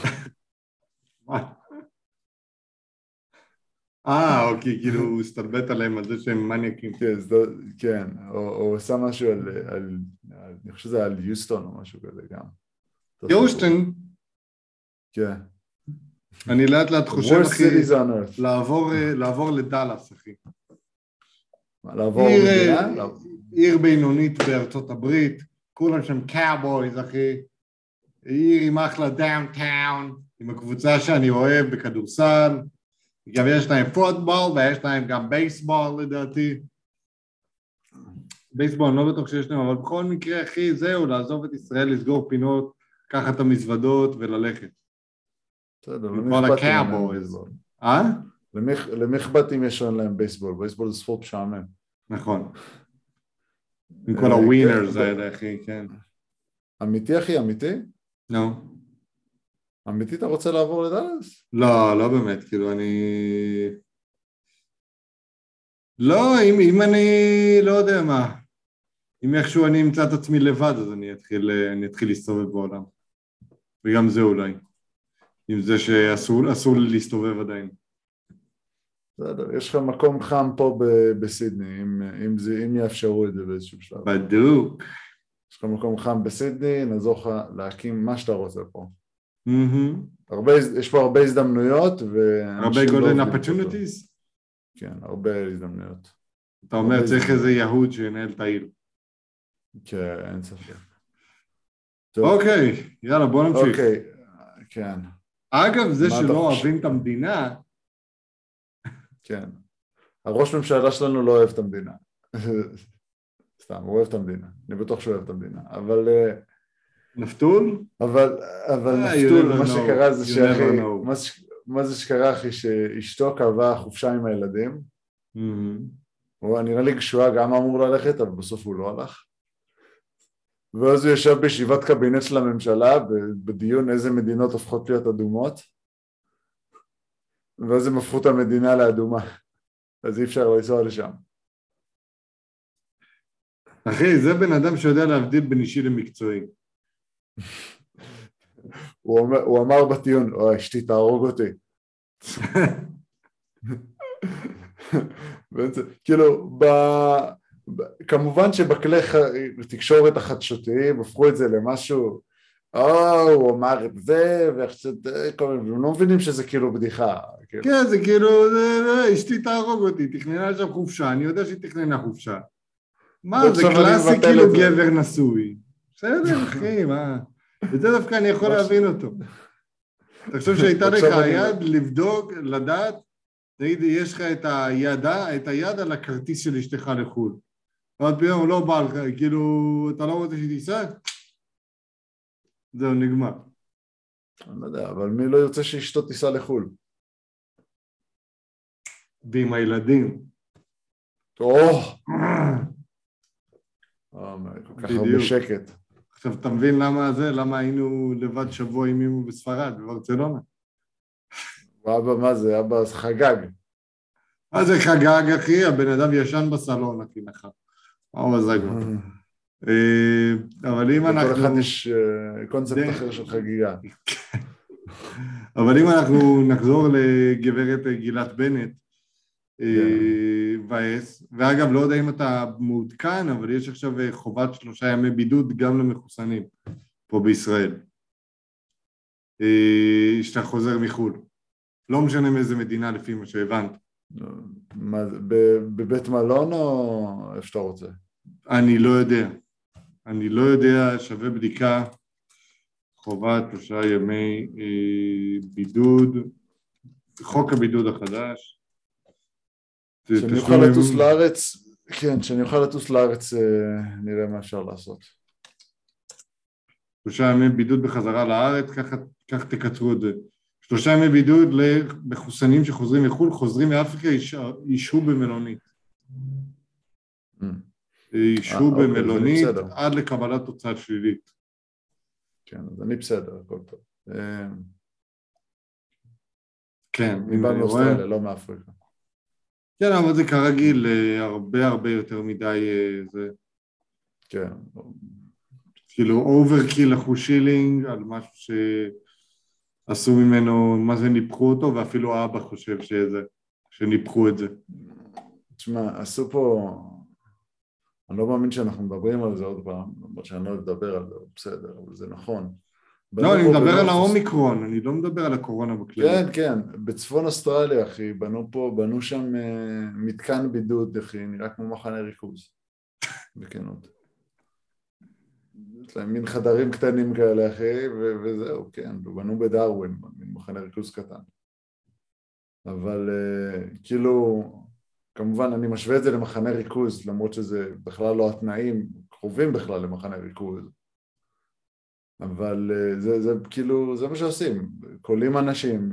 אוקיי, כאילו הוא הסתלבט עליהם על זה שהם מניאקים. כן, או עשה משהו על, אני חושב שזה על יוסטון או משהו כזה גם. יוסטון? כן. אני לאט לאט חושב, אחי, לעבור לדלס, אחי. לעבור מדינה? עיר בינונית בארצות הברית, כולם שם קאובויז, אחי. עיר עם אחלה דאונטאון, עם הקבוצה שאני אוהב בכדורסל. גם יש להם פוטבול ויש להם גם בייסבול לדעתי. בייסבול אני לא בטוח שיש להם, אבל בכל מקרה, אחי, זהו, לעזוב את ישראל, לסגור פינות, לקחת את המזוודות וללכת. בסדר, למי אכפת אם יש להם בייסבול? בייסבול זה ספורט משעמם. נכון. עם כל הווינרס האלה, אחי, כן. אמיתי, אחי, אמיתי? לא. אמיתי אתה רוצה לעבור לדלס? לא, לא באמת, כאילו אני... לא, אם אני לא יודע מה, אם איכשהו אני אמצא את עצמי לבד, אז אני אתחיל להסתובב בעולם. וגם זה אולי. עם זה שאסור לי להסתובב עדיין. בסדר, יש לך מקום חם פה בסידני, אם יאפשרו את זה באיזשהו שלב. בדיוק. יש לך מקום חם בסידני, נעזור לך להקים מה שאתה רוצה פה. יש פה הרבה הזדמנויות, הרבה golden opportunities? כן, הרבה הזדמנויות. אתה אומר צריך איזה יהוד שינהל את העיר. כן, אין ספק. אוקיי, יאללה בוא נמשיך. אוקיי, כן. אגב, זה שלא אוהבים את המדינה. כן. הראש ממשלה שלנו לא אוהב את המדינה. סתם, הוא אוהב את המדינה. אני בטוח שהוא אוהב את המדינה. אבל... נפתול? אבל נפתול, מה שקרה זה שאחי... מה זה שקרה אחי שאשתו קבעה חופשה עם הילדים. הוא נראה לי כשהוא גם אמור ללכת, אבל בסוף הוא לא הלך. ואז הוא ישב בישיבת קבינט של הממשלה, בדיון איזה מדינות הופכות להיות אדומות, ואז הם הפכו את המדינה לאדומה, אז אי אפשר לנסוע לשם. אחי, זה בן אדם שיודע להבדיל בין אישי למקצועי. הוא אמר בטיעון, אשתי תהרוג אותי. כאילו, כמובן שבכלי תקשורת החדשותיים הפכו את זה למשהו, הוא אמר את זה, והם לא מבינים שזה כאילו בדיחה. כן, זה כאילו, אשתי תהרוג אותי, תכננה שם חופשה, אני יודע שהיא תכננה חופשה. מה, זה קלאסי כאילו גבר נשוי. בסדר, אחי, מה? וזה דווקא אני יכול להבין אותו. אתה חושב שהייתה לך היד לבדוק, לדעת, תגיד, יש לך את היד על הכרטיס של אשתך לחו"ל. ועד פתאום הוא לא בא לך, כאילו, אתה לא רוצה שהיא תיסע? זהו, נגמר. אני לא יודע, אבל מי לא יוצא שאשתו תיסע לחו"ל? ועם הילדים. כל כך הרבה שקט. עכשיו, אתה מבין למה היינו לבד שבוע עם אימו בספרד, בברצלונה? מה זה? אבא חגג. מה זה חגג, אחי? הבן אדם ישן בסלון, אחי, לך. מה מזג אותו? אבל אם אנחנו... לכל אחד יש קונספט אחר של חגיגה. אבל אם אנחנו נחזור לגברת גילת בנט, ואגב, לא יודע אם אתה מעודכן, אבל יש עכשיו חובת 3 ימי בידוד גם למחוסנים פה בישראל. שאתה חוזר מחו"ל. לא משנה מאיזה מדינה לפי מה שהבנת. בבית מלון או איפה שאתה רוצה? אני לא יודע, שווה בדיקה, חובת 3 ימי בידוד, חוק הבידוד החדש. שאני אוכל לטוס לארץ, כן, שאני אוכל לטוס לארץ, נראה מה אפשר לעשות. 3 ימי בידוד בחזרה לארץ, כך תקצרו את זה. 3 ימי בידוד למחוסנים שחוזרים מחו"ל, חוזרים מאפריקה, ישהו במלונית. ישהו במלונית עד לקבלת תוצאה שלילית. כן, אז אני בסדר, הכל טוב. כן. מבא מאוסטרליה, לא מאפריקה. כן, אבל זה כרגיל, הרבה יותר מדי זה. כן. כאילו אוברקיל אחושילינג על משהו שעשו ממנו, מה זה ניפחו אותו, ואפילו אבא חושב שניפחו את זה. תשמע, עשו פה, אני לא מאמין שאנחנו מדברים על זה עוד פעם, למרות שאני לא מדבר על זה, בסדר, אבל זה נכון. לא, אני מדבר על האומיקרון, אני לא מדבר על הקורונה בכלל. כן, בצפון אוסטרליה, אחי, בנו שם מתקן בידוד, אחי, נראה כמו מחנה ריכוז, בכנות. יש להם מין חדרים קטנים כאלה, אחי, וזהו, כן, בנו בדרווין, מין מחנה ריכוז קטן. אבל כאילו, כמובן, אני משווה את זה למחנה ריכוז, למרות שזה בכלל לא התנאים, קרובים בכלל למחנה ריכוז. אבל זה כאילו, זה מה שעושים, קולים אנשים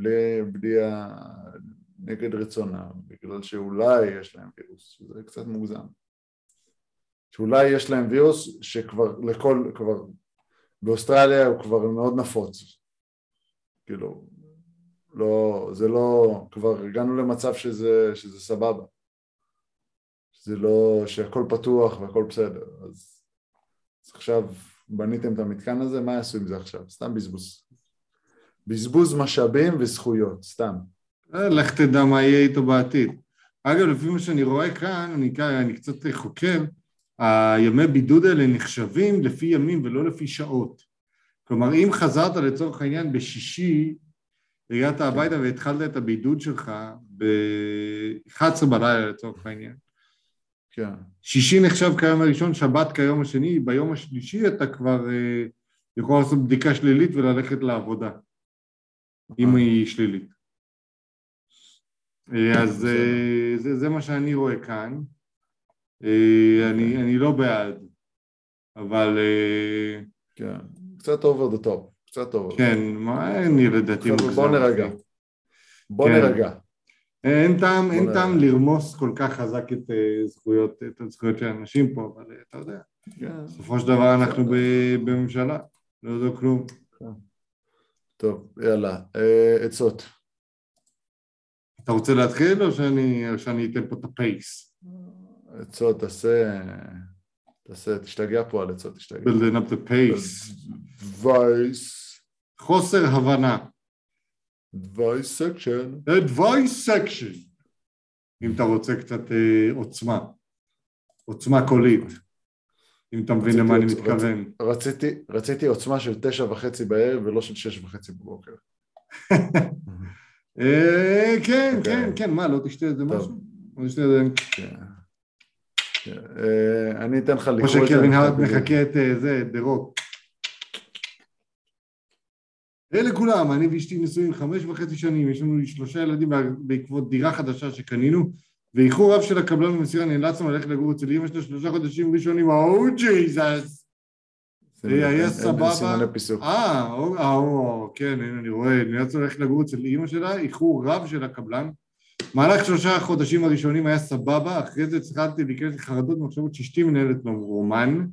נגד רצונם, בגלל שאולי יש להם וירוס, זה קצת מוגזם. שאולי יש להם וירוס שכבר כבר באוסטרליה הוא כבר מאוד נפוץ. כאילו, לא, זה לא, כבר הגענו למצב שזה סבבה. שזה לא, שהכל פתוח והכל בסדר. אז עכשיו בניתם את המתקן הזה, מה יעשו עם זה עכשיו? סתם בזבוז. בזבוז משאבים וזכויות, סתם. לך תדע מה יהיה איתו בעתיד. אגב, לפי מה שאני רואה כאן, אני קצת חוקר, הימי בידוד האלה נחשבים לפי ימים ולא לפי שעות. כלומר, אם חזרת לצורך העניין בשישי, הגעת הביתה והתחלת את הבידוד שלך ב-11 בלילה לצורך העניין. כן. שישי נחשב כיום הראשון, שבת כיום השני, ביום השלישי אתה כבר יכול לעשות בדיקה שלילית וללכת לעבודה, אם היא שלילית. אז זה מה שאני רואה כאן. אני לא בעד, אבל... כן, קצת over the top, קצת over. כן, אני לדעתי מוגזם. בוא נרגע. אין טעם לרמוס כל כך חזק את הזכויות של האנשים פה, אבל אתה יודע, בסופו של דבר אנחנו בממשלה, לא יודע כלום. טוב, יאללה, עצות. אתה רוצה להתחיל או שאני אתן פה את הפייס? עצות, תשתגע פה על עצות, תשתגע. Building up the pace. חוסר הבנה. Advice section. אם אתה רוצה קצת עוצמה קולית. אם אתה מבין למה אני מתכוון. רציתי עוצמה של 9:30 בערב ולא של 6:30 בבוקר. כן, מה, לא תשתה את זה משהו? אני אתן לך לקרוא את זה. כמו שקווין הארט מחכה את זה, דרוק. אלה כולם, אני ואשתי נשואים 5.5 שנים, יש לנו 3 ילדים בעקבות דירה חדשה שקנינו, ואיחור רב של הקבלן במסירה נאלצנו ללכת לגור אצל אמא שלו 3 חודשים ראשונים, ג'יזוס. היה סבבה. כן, אני רואה, נאלצנו ללכת לגור אצל אמא שלה, איחור רב של הקבלן, מהלך 3 חודשים הראשונים היה סבבה, אחרי זה התחלתי להיכנס לחרדות ומחשבות שאשתי מנהלת לו רומן,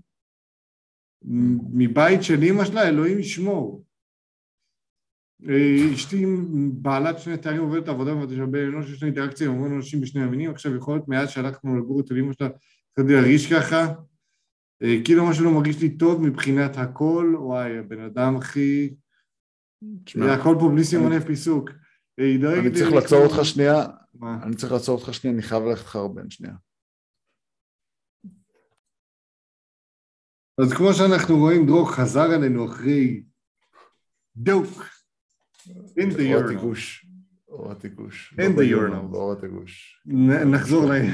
מבית של אמא שלה, אלוהים ישמור. אשתי בעלת 2 תארים עובדת עבודה ועבודה הרבה אנוש, יש לה אינטראקציה עם המון אנשים בשני המינים, עכשיו יכול להיות מאז שהלכנו לגור אצל אמא שלה, התחלתי להרגיש ככה, כאילו משהו לא מרגיש לי טוב מבחינת הכל, וואי, הבן אדם הכי, הכל פה בלי סימני פיסוק. אני צריך לעצור אותך שנייה, אני חייב ללכת לך הרבה שנייה. אז כמו שאנחנו רואים, דרוק חזר עלינו אחרי דוק. אור התיגוש. אין the urinals. באור התיגוש. נחזור לעניין.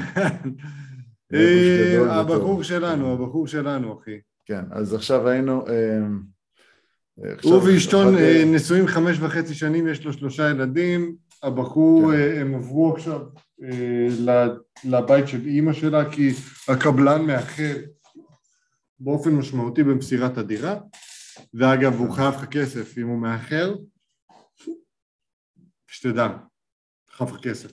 הבחור שלנו, אחי. כן, אז עכשיו היינו... הוא ואשתו נשואים 5.5 שנים, יש לו 3 ילדים. הבחור, הם עברו עכשיו לבית של אמא שלה, כי הקבלן מאחר באופן משמעותי במסירת הדירה, ואגב, הוא חייב לך כסף אם הוא מאחר, שתדע, חייב לך כסף.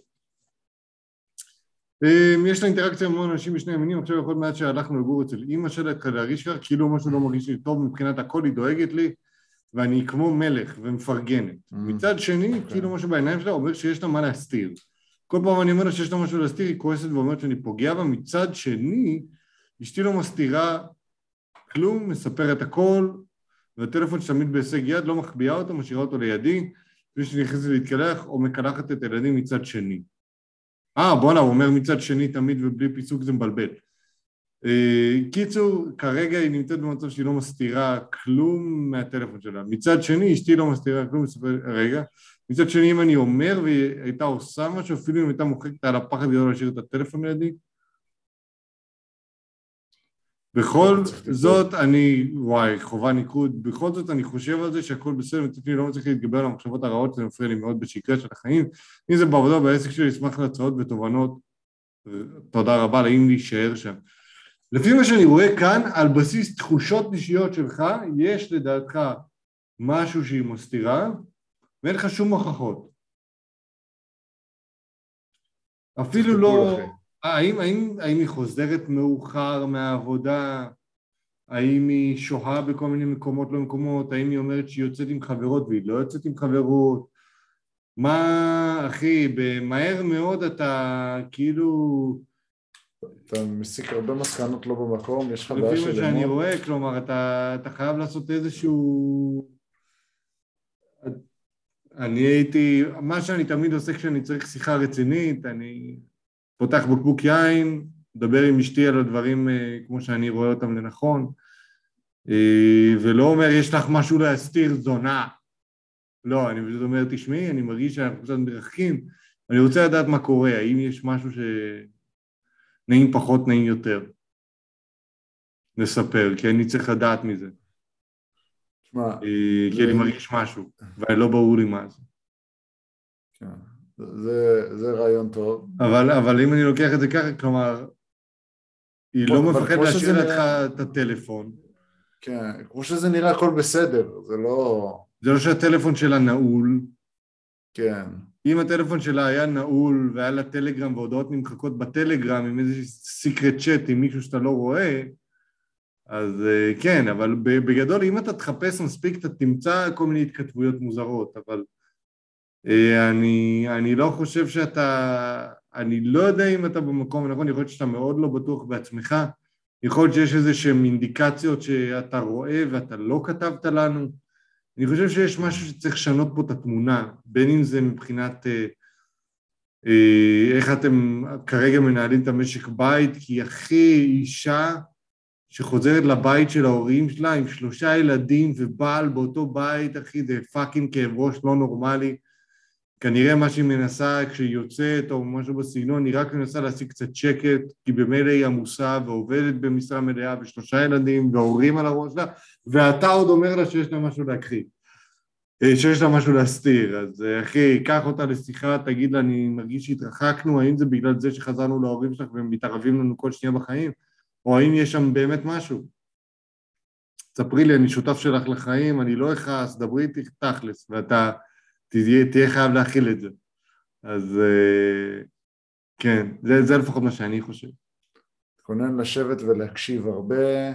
יש לה אינטראקציה עם אנשים בשני המינים, עכשיו יכול מעט שהלכנו לגור אצל אמא שלה, התחיל להרגיש כך, כאילו משהו לא מרגיש לי טוב, מבחינת הכל היא דואגת לי, ואני כמו מלך ומפרגנת. מצד שני, כאילו משהו בעיניים שלה אומר שיש לה מה להסתיר. כל פעם אני אומר לה שיש לה משהו להסתיר, היא כועסת ואומרת שאני פוגע בה. מצד שני, אשתי לא מסתירה כלום, מספרת הכל, והטלפון שתמיד בהישג יד לא מחביאה אותו, משאירה אותו לידי, ושאני נכנסת להתקלח או מקלחת את הילדים מצד שני. בואנה, הוא אומר מצד שני תמיד ובלי פיסוק זה מבלבל. קיצור, כרגע היא נמצאת במצב שהיא לא מסתירה כלום מהטלפון שלה. מצד שני, אשתי לא מסתירה כלום, מצד שני, אם אני אומר והיא הייתה עושה משהו, אפילו אם הייתה מוחקת על הפחד גדול להשאיר את הטלפון לידי. בכל זאת אני, חובה ניקוד, בכל זאת אני חושב על זה שהכל בסדר, מצד שני לא מצליח להתגבר על המחשבות הרעות, זה מפריע לי מאוד בשגרה של החיים. אם זה בעבודה בעסק שלי, אשמח להצעות ותובנות, תודה רבה, לאם להישאר שם. לפי מה שאני רואה כאן, על בסיס תחושות אישיות שלך, יש לדעתך משהו שהיא מסתירה, ואין לך שום הוכחות. אפילו לא... האם היא חוזרת מאוחר מהעבודה? האם היא שוהה בכל מיני מקומות לא מקומות? האם היא אומרת שהיא יוצאת עם חברות והיא לא יוצאת עם חברות? מה, אחי, במהר מאוד אתה כאילו... אתה מסיק הרבה מסקנות לא במקום, יש לך בעיה של לפי מה שאני רואה, כלומר, אתה חייב לעשות איזשהו... אני הייתי... מה שאני תמיד עושה כשאני צריך שיחה רצינית, אני פותח בקבוק יין, מדבר עם אשתי על הדברים כמו שאני רואה אותם לנכון, ולא אומר, יש לך משהו להסתיר, זונה. לא, אני פשוט אומר, תשמעי, אני מרגיש שאנחנו קצת מרחקים, אני רוצה לדעת מה קורה, האם יש משהו נעים פחות, נעים יותר. נספר, כי אני צריך לדעת מזה. שמה, כי אני מרגיש משהו, ולא ברור לי מה זה. כן, זה רעיון טוב. אבל אם אני לוקח את זה ככה, כלומר, היא לא מפחד להשאיר לך את הטלפון. כן, כמו שזה נראה הכל בסדר, זה לא... זה לא שהטלפון שלה נעול. כן. אם הטלפון שלה היה נעול והיה לה טלגרם והודעות נמחקות בטלגרם עם איזה סיקרט צ'אט עם מישהו שאתה לא רואה, אז כן, אבל בגדול אם אתה תחפש מספיק אתה תמצא כל מיני התכתבויות מוזרות, אבל אני לא חושב שאתה, אני לא יודע אם אתה במקום הנכון, יכול להיות שאתה מאוד לא בטוח בעצמך, יכול להיות שיש איזה שהן אינדיקציות שאתה רואה ואתה לא כתבת לנו, אני חושב שיש משהו שצריך לשנות פה את התמונה, בין אם זה מבחינת איך אתם כרגע מנהלים את המשק בית, כי הכי אישה שחוזרת לבית של ההורים שלה עם 3 ילדים ובעל באותו בית, אחי, זה פאקינג כאב ראש לא נורמלי, כנראה מה שהיא מנסה כשהיא יוצאת או משהו בסגנון, היא רק מנסה להשיג קצת שקט, כי במילא היא עמוסה ועובדת במשרה מלאה ו3 ילדים והורים על הראש שלה, ואתה עוד אומר לה שיש לה משהו להקריא, שיש לה משהו להסתיר. אז אחי, קח אותה לשיחה, תגיד לה, אני מרגיש שהתרחקנו, האם זה בגלל זה שחזרנו להורים שלך והם מתערבים לנו כל שנייה בחיים, או האם יש שם באמת משהו? תספרי לי, אני שותף שלך לחיים, אני לא אכעס, דברי איתי תכלס, ואתה תהיה חייב להכיל את זה. אז כן, זה לפחות מה שאני חושב. תכונן לשבת ולהקשיב הרבה,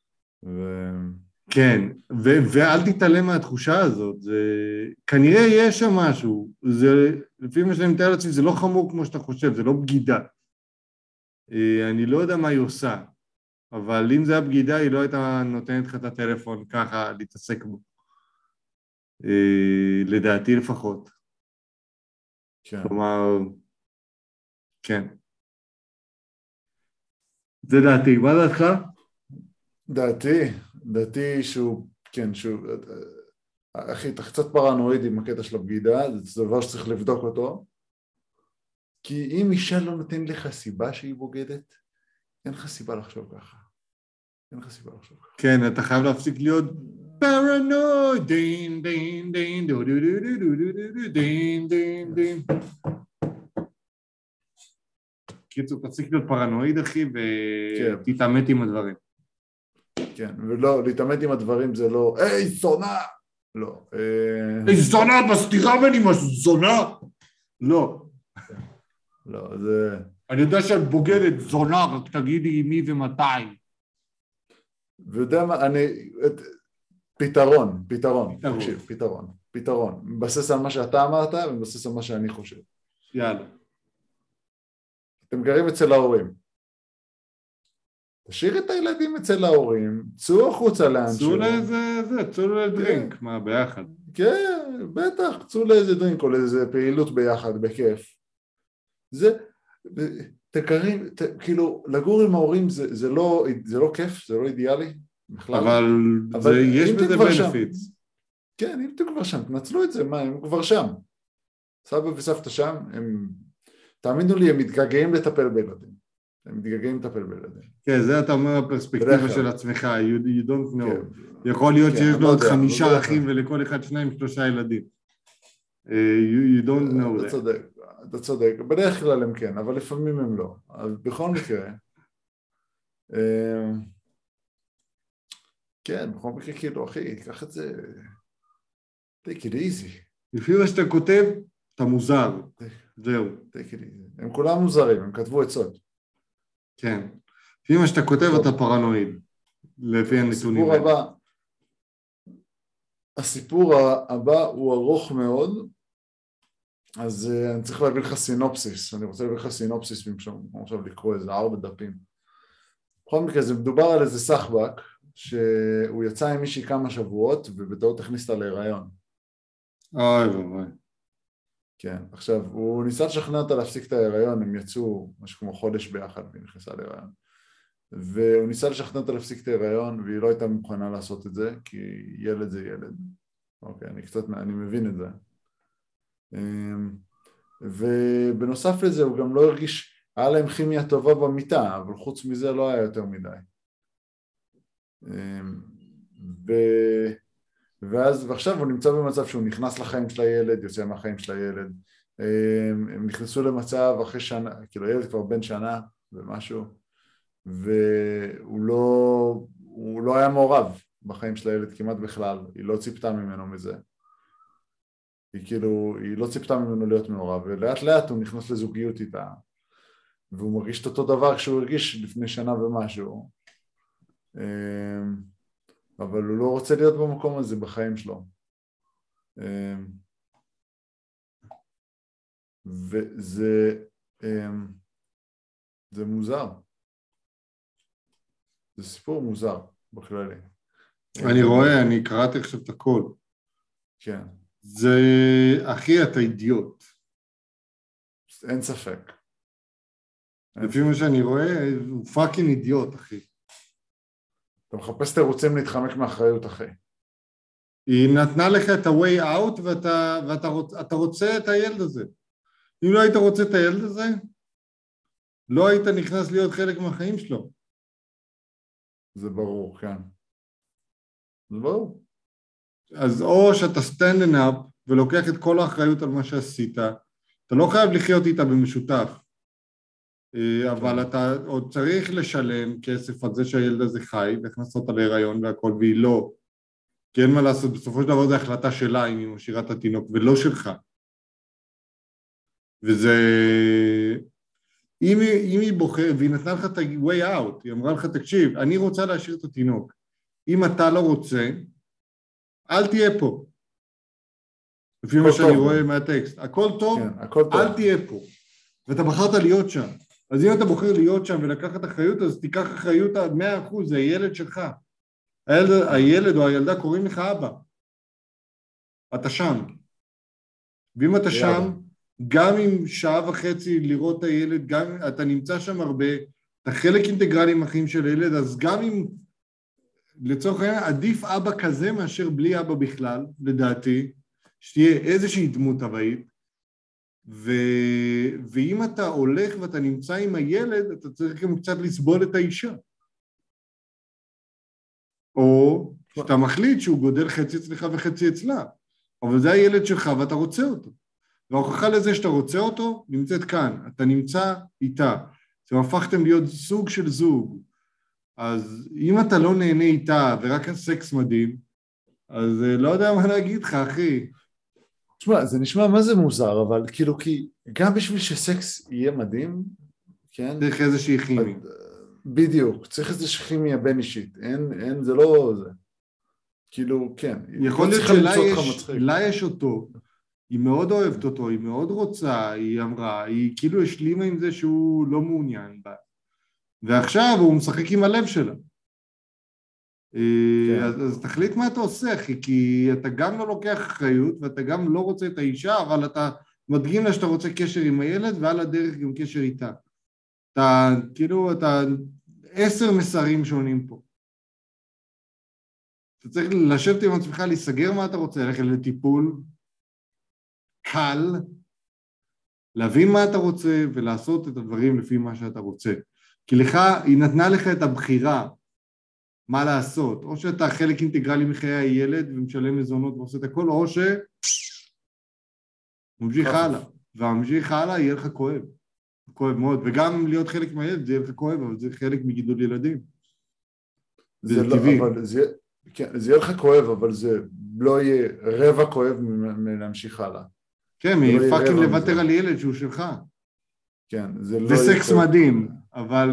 כן, ואל תתעלם מהתחושה הזאת, כנראה יש שם משהו, לפי מה שאני מתאר לעצמי, זה לא חמור כמו שאתה חושב, זה לא בגידה. אני לא יודע מה היא עושה, אבל אם זה היה בגידה, היא לא הייתה נותנת לך את הטלפון ככה להתעסק בו. לדעתי לפחות. כן. כלומר, כן. זה דעתי, מה דעתך? דעתי שהוא, כן, שהוא, אחי, אתה קצת פרנואיד עם הקטע של הבגידה, זה דבר שצריך לבדוק אותו, כי אם אישה לא נותן לך סיבה שהיא בוגדת, אין לך סיבה לחשוב ככה. אין לך סיבה לחשוב ככה. כן, אתה חייב להפסיק להיות פרנואיד, דין, דין, דין, דו, דו, דו, דו, דו, דו, דו, דו, דין, דין, דין. קיצור, תפסיק להיות פרנואיד, אחי, ותתעמת עם הדברים. כן, ולא, להתעמת עם הדברים זה לא, היי, זונה! לא. היי, זונה, את מסתירה ממני משהו, זונה! לא. לא, זה... אני יודע שאת בוגדת, זונה, רק תגידי מי ומתי. ויודע מה, פתרון, תקשיב, פתרון. מבסס על מה שאתה אמרת, ומבסס על מה שאני חושב. יאללה. אתם גרים אצל ההורים. תשאיר את הילדים אצל ההורים, צאו החוצה לאנשהו. צאו לדרינק, מה, ביחד? כן, בטח, צאו לאיזה דרינק או לאיזה פעילות ביחד, בכיף. זה, תקרים, כאילו, לגור עם ההורים זה לא כיף, זה לא אידיאלי, בכלל. אבל יש בזה בנפיץ. כן, אם אתם כבר שם, תנצלו את זה, מה, הם כבר שם. סבא וסבתא שם, תאמינו לי, הם מתגעגעים לטפל בילדים. כן, זה אתה אומר הפרספקטיבה של עצמך, you don't know. יכול להיות שיש לו עוד 5 אחים ולכל אחד 2-3 ילדים. You don't know that. אתה צודק, בדרך כלל הם כן, אבל לפעמים הם לא. אז בכל מקרה, כן, בכל מקרה כאילו, אחי, קח את זה, take it easy. לפי מה שאתה כותב, אתה מוזר. זהו. take it easy. הם כולם מוזרים, הם כתבו עצות. כן. לפי מה שאתה כותב, אתה פרנואיד. לפי הנתונים האלה. הסיפור הבא הוא ארוך מאוד, אז אני צריך להביא לך סינופסיס. אני רוצה להביא לך סינופסיס במקום עכשיו לקרוא איזה 4 דפים. בכל מקרה, זה מדובר על איזה סחבק, שהוא יצא עם מישהי כמה שבועות, ובטעות הכניס אותה להיריון. אוי. כן, עכשיו, הוא ניסה לשכנע אותה להפסיק את ההיריון, הם יצאו משהו כמו חודש ביחד, והיא נכנסה להיריון. והוא ניסה לשכנע אותה להפסיק את ההיריון, והיא לא הייתה מוכנה לעשות את זה, כי ילד זה ילד. אוקיי, אני מבין את זה. ובנוסף לזה, הוא גם לא הרגיש, היה להם כימיה טובה במיטה, אבל חוץ מזה לא היה יותר מדי. ועכשיו הוא נמצא במצב שהוא נכנס לחיים של הילד, יוצא מהחיים של הילד. הם נכנסו למצב אחרי שנה, כאילו הילד כבר בן שנה ומשהו, והוא לא היה מעורב בחיים של הילד כמעט בכלל, היא לא ציפתה ממנו מזה. היא לא ציפתה ממנו להיות מעורב, ולאט לאט הוא נכנס לזוגיות איתה, והוא מרגיש את אותו דבר כשהוא הרגיש לפני שנה ומשהו. אבל הוא לא רוצה להיות במקום הזה בחיים שלו. וזה מוזר. זה סיפור מוזר בכללי. אני רואה, אני קראתי עכשיו את הכל. כן. זה, אחי, אתה אידיוט. אין ספק. לפי מה שאני רואה, הוא פאקינג אידיוט, אחי. אתה מחפש תירוצים להתחמק מאחריות, אחי. היא נתנה לך את ה-way out, ואתה רוצה את הילד הזה. אם לא היית רוצה את הילד הזה, לא היית נכנס להיות חלק מהחיים שלו. זה ברור, כן. זה ברור. אז או שאתה stand up ולוקח את כל האחריות על מה שעשית, אתה לא חייב לחיות איתה במשותף, אבל אתה עוד צריך לשלם כסף על זה שהילד הזה חי, והכנסת אותה להיריון והכל, והיא לא. כי אין מה לעשות, בסופו של דבר זו החלטה שלה אם היא משאירה את התינוק, ולא שלך. וזה... אם היא בוחרת, והיא נתנה לך את ה-way out, היא אמרה לך, תקשיב, אני רוצה להשאיר את התינוק. אם אתה לא רוצה, אל תהיה פה. לפי מה שאני רואה מהטקסט. הכל טוב, אל תהיה פה. ואתה בחרת להיות שם. אז אם אתה בוחר להיות שם ולקחת אחריות, אז תיקח אחריות עד 100%, זה הילד שלך. הילד או הילדה קוראים לך אבא. אתה שם. ואם אתה שם, גם עם 1.5 שעה לראות את הילד, גם אם אתה נמצא שם הרבה, אתה חלק אינטגרלי עם החיים של הילד, אז גם אם לצורך העניין, עדיף אבא כזה מאשר בלי אבא בכלל, לדעתי, שתהיה איזושהי דמות אבאית, ואם אתה הולך ואתה נמצא עם הילד, אתה צריך גם קצת לסבול את האישה. או שאתה מחליט שהוא גודל חצי אצלך וחצי אצלה, אבל זה הילד שלך ואתה רוצה אותו. וההוכחה לזה שאתה רוצה אותו נמצאת כאן, אתה נמצא איתה. אתם הפכתם להיות סוג של זוג, אז אם אתה לא נהנה איתה ורק הסקס מדהים, אז לא יודע מה להגיד לך, אחי. תשמע, זה נשמע מה זה מוזר, אבל כאילו, כי גם בשביל שסקס יהיה מדהים, כן? צריך איזושהי כימיה. בדיוק, צריך איזושהי כימיה בין אישית, אין, זה לא זה. כאילו, כן. יכול להיות שלה יש אותו, היא מאוד אוהבת אותו, היא מאוד רוצה, היא אמרה, היא כאילו השלימה עם זה שהוא לא מעוניין בה. ועכשיו הוא משחק עם הלב שלה. כן. אז תחליט מה אתה עושה, אחי, כי אתה גם לא לוקח אחריות, ואתה גם לא רוצה את האישה, אבל אתה מדגים לה שאתה רוצה קשר עם הילד, ועל הדרך גם קשר איתה. אתה 10 מסרים שונים פה. אתה צריך לשבת עם עצמך, להיסגר מה אתה רוצה, ללכת לטיפול קל, להבין מה אתה רוצה, ולעשות את הדברים לפי מה שאתה רוצה. כי לך, היא נתנה לך את הבחירה, מה לעשות, או שאתה חלק אינטגרלי מחיי הילד ומשלם מזונות ועושה את הכל, או ממשיך הלאה, והמשיך הלאה יהיה לך כואב, כואב מאוד, וגם להיות חלק מהילד זה יהיה לך כואב, אבל זה חלק מגידול ילדים. זה טבעי. זה יהיה לך כואב, אבל זה לא יהיה רבע כואב מלהמשיך הלאה. כן, מפאקינג לוותר על ילד שהוא שלך. כן, זה לא... וסקס מדהים, אבל...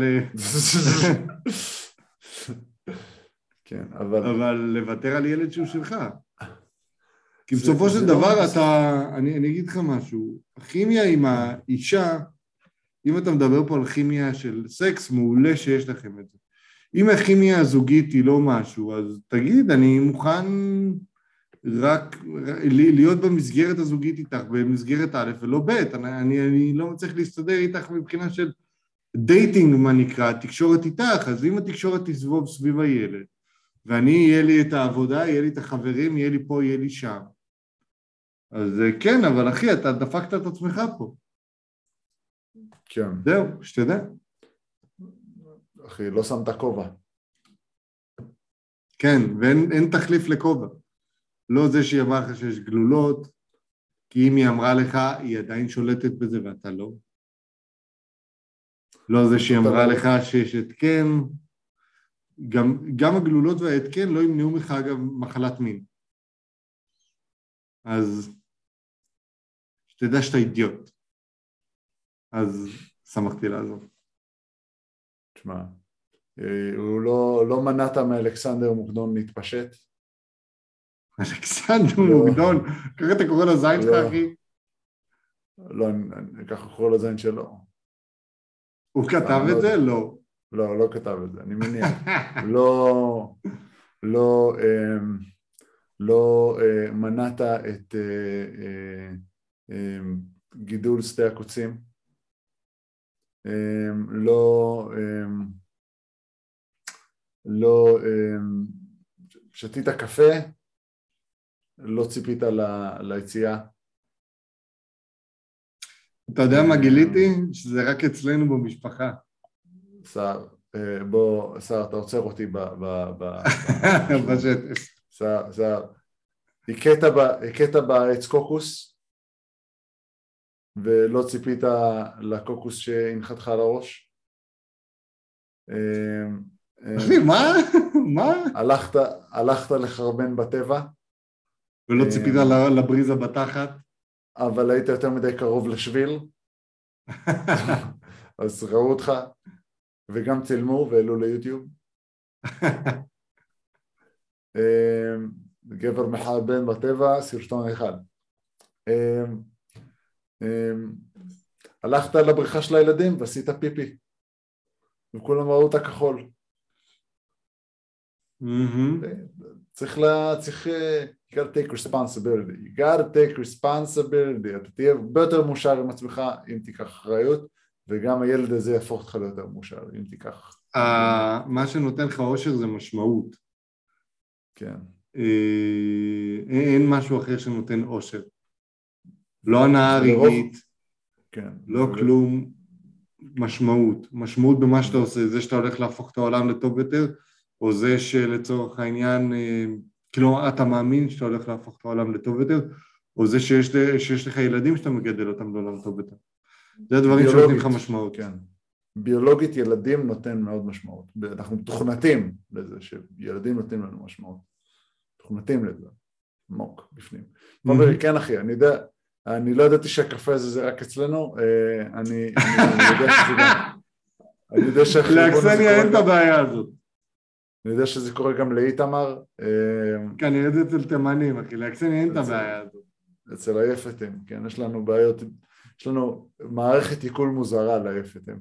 כן, אבל לוותר על ילד שהוא שלך. כי בסופו של דבר אני אגיד לך משהו, הכימיה עם האישה, אם אתה מדבר פה על כימיה של סקס, מעולה שיש לכם את זה. אם הכימיה הזוגית היא לא משהו, אז תגיד, אני מוכן רק להיות במסגרת הזוגית איתך, במסגרת א' ולא ב', אני לא צריך להסתדר איתך מבחינה של דייטינג, מה נקרא, תקשורת איתך, אז אם התקשורת תסבוב סביב הילד, ואני, יהיה לי את העבודה, יהיה לי את החברים, יהיה לי פה, יהיה לי שם. אז כן, אבל אחי, אתה דפקת את עצמך פה. כן. זהו, שתדע. אחי, לא שמת כובע. כן, ואין תחליף לכובע. לא זה שהיא אמרה לך שיש גלולות, כי אם היא אמרה לך, היא עדיין שולטת בזה ואתה לא. לא זה שהיא אמרה לך שיש התקן, גם הגלולות וההתקן לא ימנעו ממך גם מחלת מין. אז שתדע שאתה אידיוט. אז שמחתי לעזור. תשמע, הוא לא מנעת מאלכסנדר מוקדון להתפשט? אלכסנדר מוקדון? ככה אתה קורא לזין שלך, אחי? לא, אני ככה קורא לזין שלו. הוא כתב את זה? לא. לא כתב את זה, אני מניח. לא מנעת את גידול שתי הקוצים. לא שתית קפה, לא ציפית ליציאה. אתה יודע מה גיליתי? שזה רק אצלנו במשפחה. שר, אתה עוצר אותי בשטף. שר, הכית בעץ קוקוס, ולא ציפית לקוקוס שהנחתך על הראש. אחי, מה? הלכת לחרבן בטבע. ולא ציפית לבריזה בתחת. אבל היית יותר מדי קרוב לשביל. אז ראו אותך, וגם צילמו והעלו ליוטיוב. גבר מחרבן בטבע, סרטון אחד. הלכת לבריכה של הילדים ועשית פיפי. וכולם ראו אותה כחול. צריך you gotta take responsibility. You gotta take responsibility. אתה תהיה הרבה יותר מאושר עם עצמך אם תיקח אחריות, וגם הילד הזה יהפוך אותך ליותר מאושר אם תיקח. מה שנותן לך אושר זה משמעות. כן. אין משהו אחר שנותן אושר. לא הנאה רגעית, כן. לא כלום, משמעות במה שאתה עושה, זה שאתה הולך להפוך את העולם לטוב יותר, או זה שלצורך העניין, כאילו אתה מאמין שאתה הולך להפוך את העולם לטוב יותר, או זה שיש לך ילדים שאתה מגדל אותם לעולם טוב יותר. זה הדברים שנותנים לך משמעות. כן. ביולוגית ילדים נותן מאוד משמעות. אנחנו תוכנתים לזה שילדים נותנים לנו משמעות. תוכנתים לזה. עמוק, בפנים. כן אחי, אני לא ידעתי שהקפה הזה זה רק אצלנו, אני יודע שזה גם... לאקסניה אין את הבעיה הזאת. אני יודע שזה קורה גם לאיתמר. כנראה זה אצל תימנים, אחי, לאקסניה אין את הבעיה הזאת. אצל היפתם, כן, יש לנו בעיות, יש לנו מערכת עיכול מוזרה ליפתם.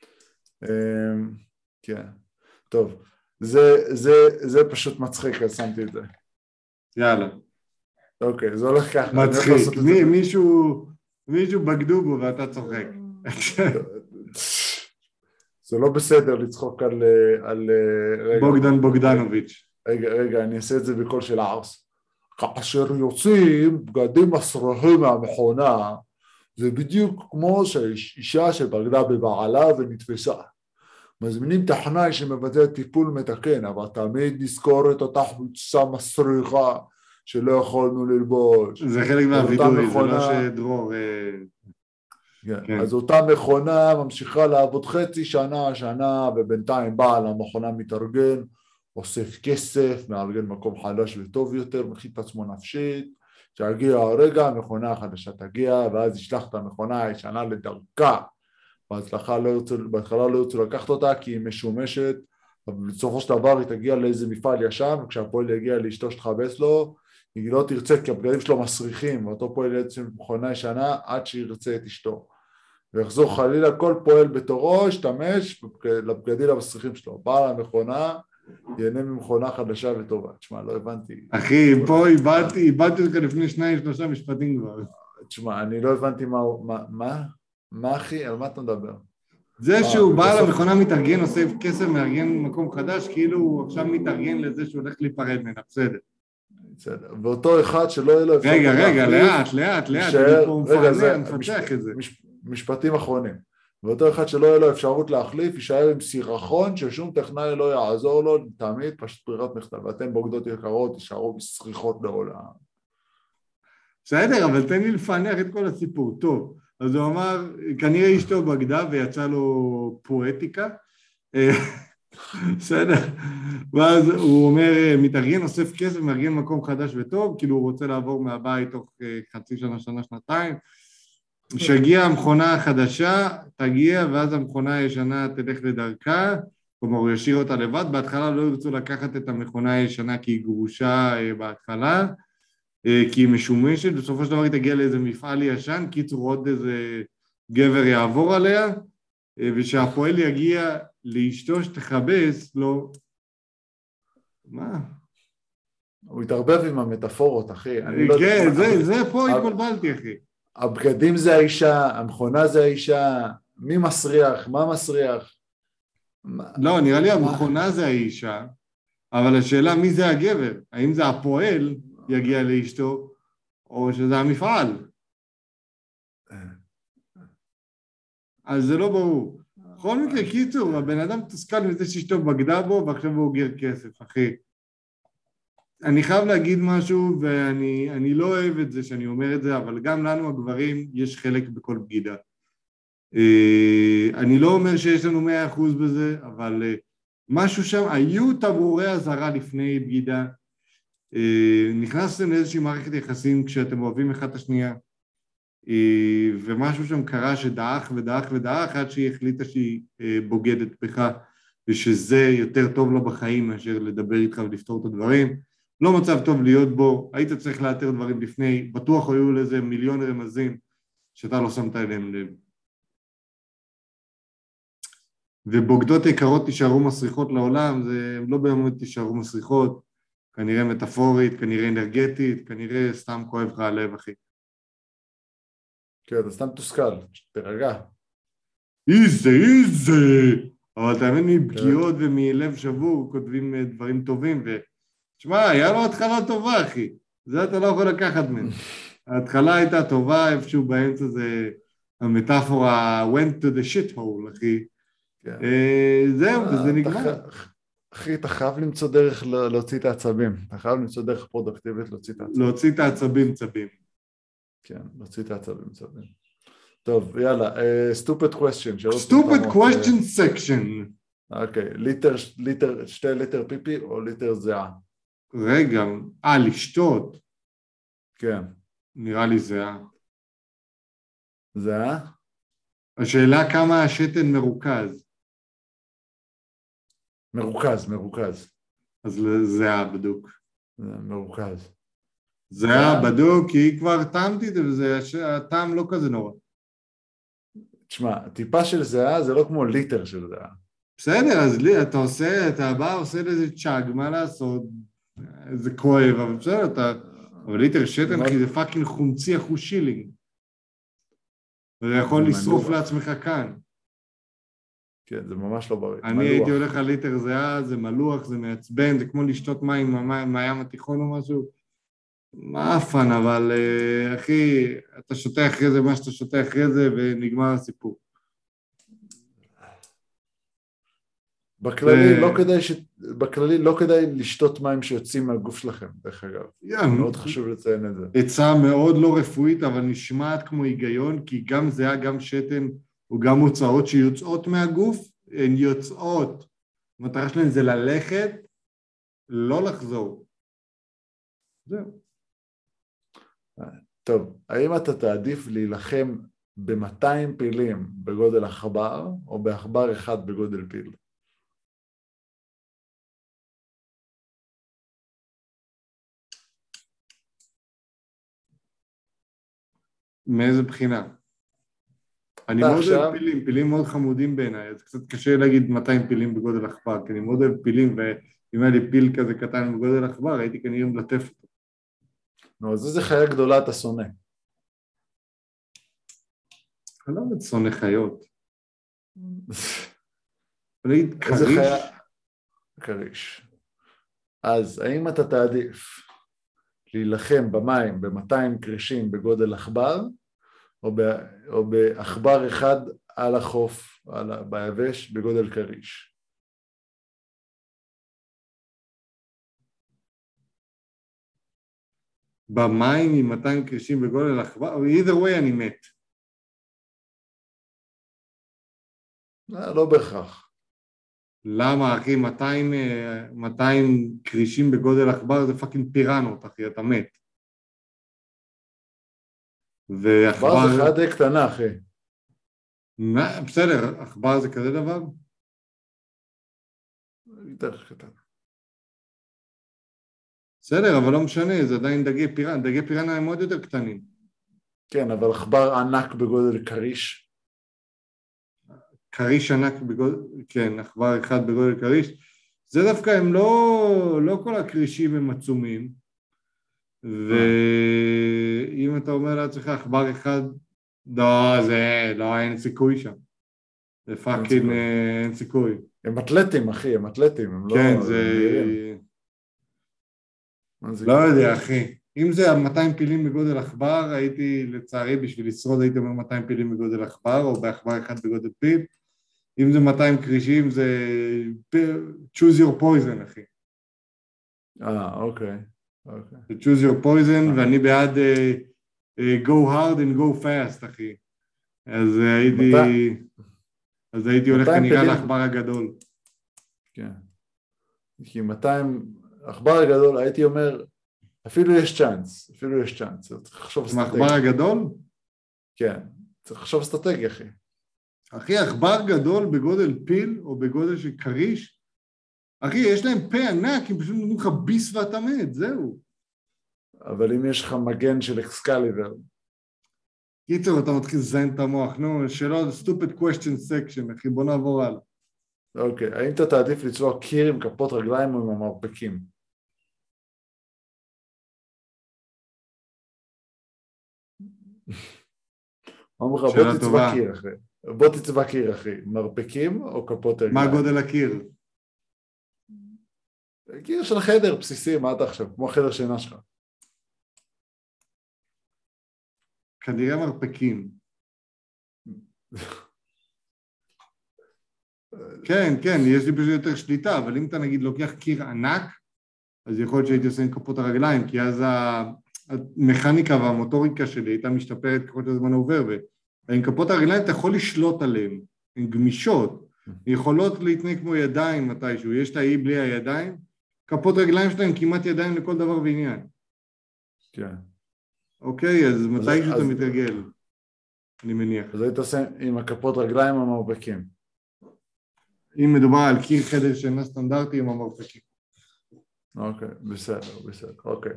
כן, טוב, זה פשוט מצחיק, אז שמתי את זה. יאללה. אוקיי, זה הולך ככה. מצחיק, מישהו בגדו בו ואתה צוחק. זה לא בסדר לצחוק על בוגדן בוגדנוביץ'. רגע, אני אעשה את זה בקול של הערס. כאשר יוצאים בגדים מסריחים מהמכונה, זה בדיוק כמו שאישה שבגדה בבעלה ונתפסה. מזמינים טכנאי שמבצע טיפול מתקן, אבל תמיד נזכור את אותה חולצה מסריחה שלא יכולנו ללבוש. זה חלק מהווידוי, זה לא שדרור... כן. אז אותה מכונה ממשיכה לעבוד חצי שנה, ובינתיים בעל המכונה מתארגן, אוסף כסף, מארגן מקום חדש וטוב יותר, מכין את עצמו נפשית, שיגיע הרגע, המכונה החדשה תגיע, ואז ישלח את המכונה הישנה לדרכה, בהתחלה לא ירצו לקחת אותה כי היא משומשת, אבל בסופו של דבר היא תגיע לאיזה מפעל ישן, וכשהפועל יגיע לאשתו שתחבס לו, היא לא תרצה כי הבגדים שלו מסריחים, ואותו פועל יצא מכונה ישנה עד שירצה את אשתו. ויחזור חלילה כל פועל בתורו, ישתמש לבגדים המסריחים שלו. בעל המכונה ייהנה ממכונה חדשה וטובה. תשמע, לא הבנתי. אחי, פה איבדתי אותך לפני 2-3 משפטים כבר. תשמע, אני לא הבנתי מה אחי? על מה אתה מדבר? זה שהוא בעל המכונה מתארגן, אוסף כסף, מארגן מקום חדש, כאילו הוא עכשיו מתארגן לזה שהוא הולך להיפרד ממנה, בסדר. ואותו אחד שלא יהיה לו... רגע, לאט, אני פה מפצח את זה. משפטים אחרונים. ואותו אחד שלא יהיה לו אפשרות להחליף, יישאר עם סירחון ששום טכנאי לא יעזור לו, תמיד פשוט ברירת מחדל, ואתם בוגדות יקרות, יישארו בסריחות לעולם. בסדר, אבל תן לי לפענח את כל הסיפור. טוב, אז הוא אמר, כנראה אשתו בגדה ויצא לו פואטיקה, בסדר, ואז הוא אומר, מתארגן, אוסף כסף, מארגן מקום חדש וטוב, כאילו הוא רוצה לעבור מהבית תוך חצי שנה, שנתיים, כשהגיעה המכונה החדשה, תגיע, ואז המכונה הישנה תלך לדרכה, כלומר הוא ישאיר אותה לבד, בהתחלה לא ירצו לקחת את המכונה הישנה כי היא גרושה בהתחלה, כי היא משומשת, בסופו של דבר היא תגיע לאיזה מפעל ישן, קיצור עוד איזה גבר יעבור עליה, ושהפועל יגיע לאשתו שתחבס, לא... מה? הוא התערבב עם המטאפורות, אחי. כן, זה פה התבלבלתי, אחי. הבגדים זה האישה, המכונה זה האישה, מי מסריח, מה מסריח? לא, נראה לי המכונה זה האישה, אבל השאלה מי זה הגבר? האם זה הפועל יגיע לאשתו, או שזה המפעל? אז זה לא ברור. בכל מקרה, קיצור, הבן אדם תסכל מזה שאשתו בגדה בו, ועכשיו הוא אוגר כסף, אחי. אני חייב להגיד משהו, ואני לא אוהב את זה שאני אומר את זה, אבל גם לנו הגברים יש חלק בכל בגידה. אני לא אומר שיש לנו 100% בזה, אבל משהו שם, היו תמרורי אזהרה לפני בגידה, נכנסתם לאיזושהי מערכת יחסים כשאתם אוהבים אחד את השנייה, ומשהו שם קרה שדאח עד שהיא החליטה שהיא בוגדת בך, ושזה יותר טוב לו בחיים מאשר לדבר איתך ולפתור את הדברים. לא מצב טוב להיות בו, היית צריך לאתר דברים לפני, בטוח היו לזה מיליון רמזים שאתה לא שמת אליהם לב. ובוגדות יקרות תישארו מסריחות לעולם, זה לא באמת תישארו מסריחות, כנראה מטאפורית, כנראה אנרגטית, כנראה סתם כואב לך הלב, אחי. כן, אתה סתם תוסכל, תרגע. איזה, אבל תאמין מפגיעות ומלב שבור, כותבים דברים טובים, תשמע, היה לו התחלה טובה, אחי. זה אתה לא יכול לקחת ממנו. ההתחלה הייתה טובה, איפשהו באמצע זה המטאפורה went to the shit hole, אחי. כן. זהו, וזה נגמר. אחי, אתה חייב למצוא דרך להוציא את העצבים. אתה חייב למצוא דרך פרודקטיבית להוציא את העצבים. להוציא את העצבים צבים. כן, להוציא את העצבים צבים. טוב, יאללה, stupid question. stupid question section. אוקיי, שתי ליטר פיפי או ליטר זהה? רגע, לשתות. כן. נראה לי זהה. זהה? השאלה כמה השתן מרוכז. מרוכז. אז זהה בדוק. מרוכז. זהה בדוק, כי כבר טעמתי את זה, הטעם לא כזה נורא. תשמע, טיפה של זהה זה לא כמו ליטר של זהה. בסדר, אז אתה בא עושה לזה צ'אג, מה לעשות? זה כואב, אבל בסדר, אבל ליטר שתן, כי זה פאקינג חומצי אחוז שילינג. וזה יכול לשרוף לעצמך כאן. כן, זה ממש לא בריא. אני הייתי הולך על ליטר זהה, זה מלוח, זה מעצבן, זה כמו לשתות מים מהים התיכון או משהו. מאפן, אבל אחי, אתה שותה אחרי זה מה שאתה שותה אחרי זה, ונגמר הסיפור. בכללי לא כדאי לשתות מים שיוצאים מהגוף שלכם, דרך אגב. מאוד חשוב לציין את זה. עצה מאוד לא רפואית, אבל נשמעת כמו היגיון, כי גם זהה, גם שתן, או גם הוצאות שיוצאות מהגוף, הן יוצאות. המטרה שלהן זה ללכת, לא לחזור. זהו. טוב, האם אתה תעדיף להילחם ב-200 פילים בגודל עכבר, או בעכבר אחד בגודל פיל? מאיזה בחינה? אני מאוד אוהב פילים, פילים מאוד חמודים בעיניי, אז קצת קשה להגיד 200 פילים בגודל עכבר, כי אני מאוד אוהב פילים, ואם היה לי פיל כזה קטן בגודל עכבר, הייתי כנראה מלטף אותו. נו, אז איזה חיה גדולה אתה שונא? אני לא באמת שונא חיות. אני אגיד קריש. קריש. אז האם אתה תעדיף להילחם במים ב-200 קרישים בגודל עכבר, או בעכבר אחד על החוף, ביבש, בגודל קריש? במים עם 200 קרישים בגודל עכבר, either way אני מת. לא בהכרח. למה, אחי? 200 קרישים בגודל עכבר זה פאקינג פיראנות, אחי, אתה מת. עכבר זה חיה די קטנה, אחי. בסדר, עכבר זה כזה דבר? יותר קטן. בסדר, אבל לא משנה, זה עדיין דגי פיראנה, דגי פיראנה הם עוד יותר קטנים. כן, אבל עכבר ענק בגודל קריש. קריש ענק בגודל, כן, עכבר אחד בגודל קריש. זה דווקא הם לא כל הקרישים הם עצומים. ואם אתה אומר לעצמך עכבר אחד, לא, אין סיכוי שם. זה פאקינג אין סיכוי. הם אתלטים, אחי, הם אתלטים. כן, זה... לא יודע, אחי. אם זה 200 פילים בגודל עכבר, הייתי, לצערי, בשביל לשרוד, הייתי אומר 200 פילים בגודל עכבר, או בעכבר אחד בגודל פיל. אם זה 200 קרישים, זה choose your poison, אחי. אוקיי. choose your poison, ואני בעד go hard and go fast, אחי. אז הייתי הולך כנראה לעכבר הגדול. כן. כי 200, עכבר הגדול, הייתי אומר, אפילו יש צ'אנס. צריך לחשוב אסטרטגיה. מעכבר הגדול? כן, צריך לחשוב אסטרטגיה, אחי. אחי, עכבר גדול בגודל פיל או בגודל של קריש, אחי, יש להם פה ענק, הם פשוט נותנים לך ביס ואתה מת, זהו. אבל אם יש לך מגן של אקסקליבר. קיצור, אתה מתחיל לזיין את המוח, נו, שאלות, stupid question section, אחי, בוא נעבור הלאה. אוקיי, האם אתה תעדיף לצבוע קיר עם כפות רגליים או עם המרפקים? בוא תצבע קיר, אחי. מרפקים או כפות רגליים? מה גודל הקיר? קיר של חדר בסיסי, מה אתה עכשיו? כמו החדר שינה שלך. כנראה מרפקים. כן, כן, יש לי פשוט יותר שליטה, אבל אם אתה נגיד לוקח קיר ענק, אז יכול להיות שהייתי עושה עם כפות הרגליים, כי אז המכניקה והמוטוריקה שלי הייתה משתפרת ככל שהזמן עובר, ועם כפות הרגליים אתה יכול לשלוט עליהן, הן גמישות, יכולות להתנהג כמו ידיים מתישהו, יש את האי בלי הידיים, כפות רגליים שלהם כמעט ידיים לכל דבר ועניין. כן. אוקיי, אז מתישהו אתה מתרגל, אני מניח. אז היית עושה עם הכפות רגליים המרפקים. אם מדובר על קיר חדר שינה סטנדרטי עם המרפקים. אוקיי, בסדר, אוקיי.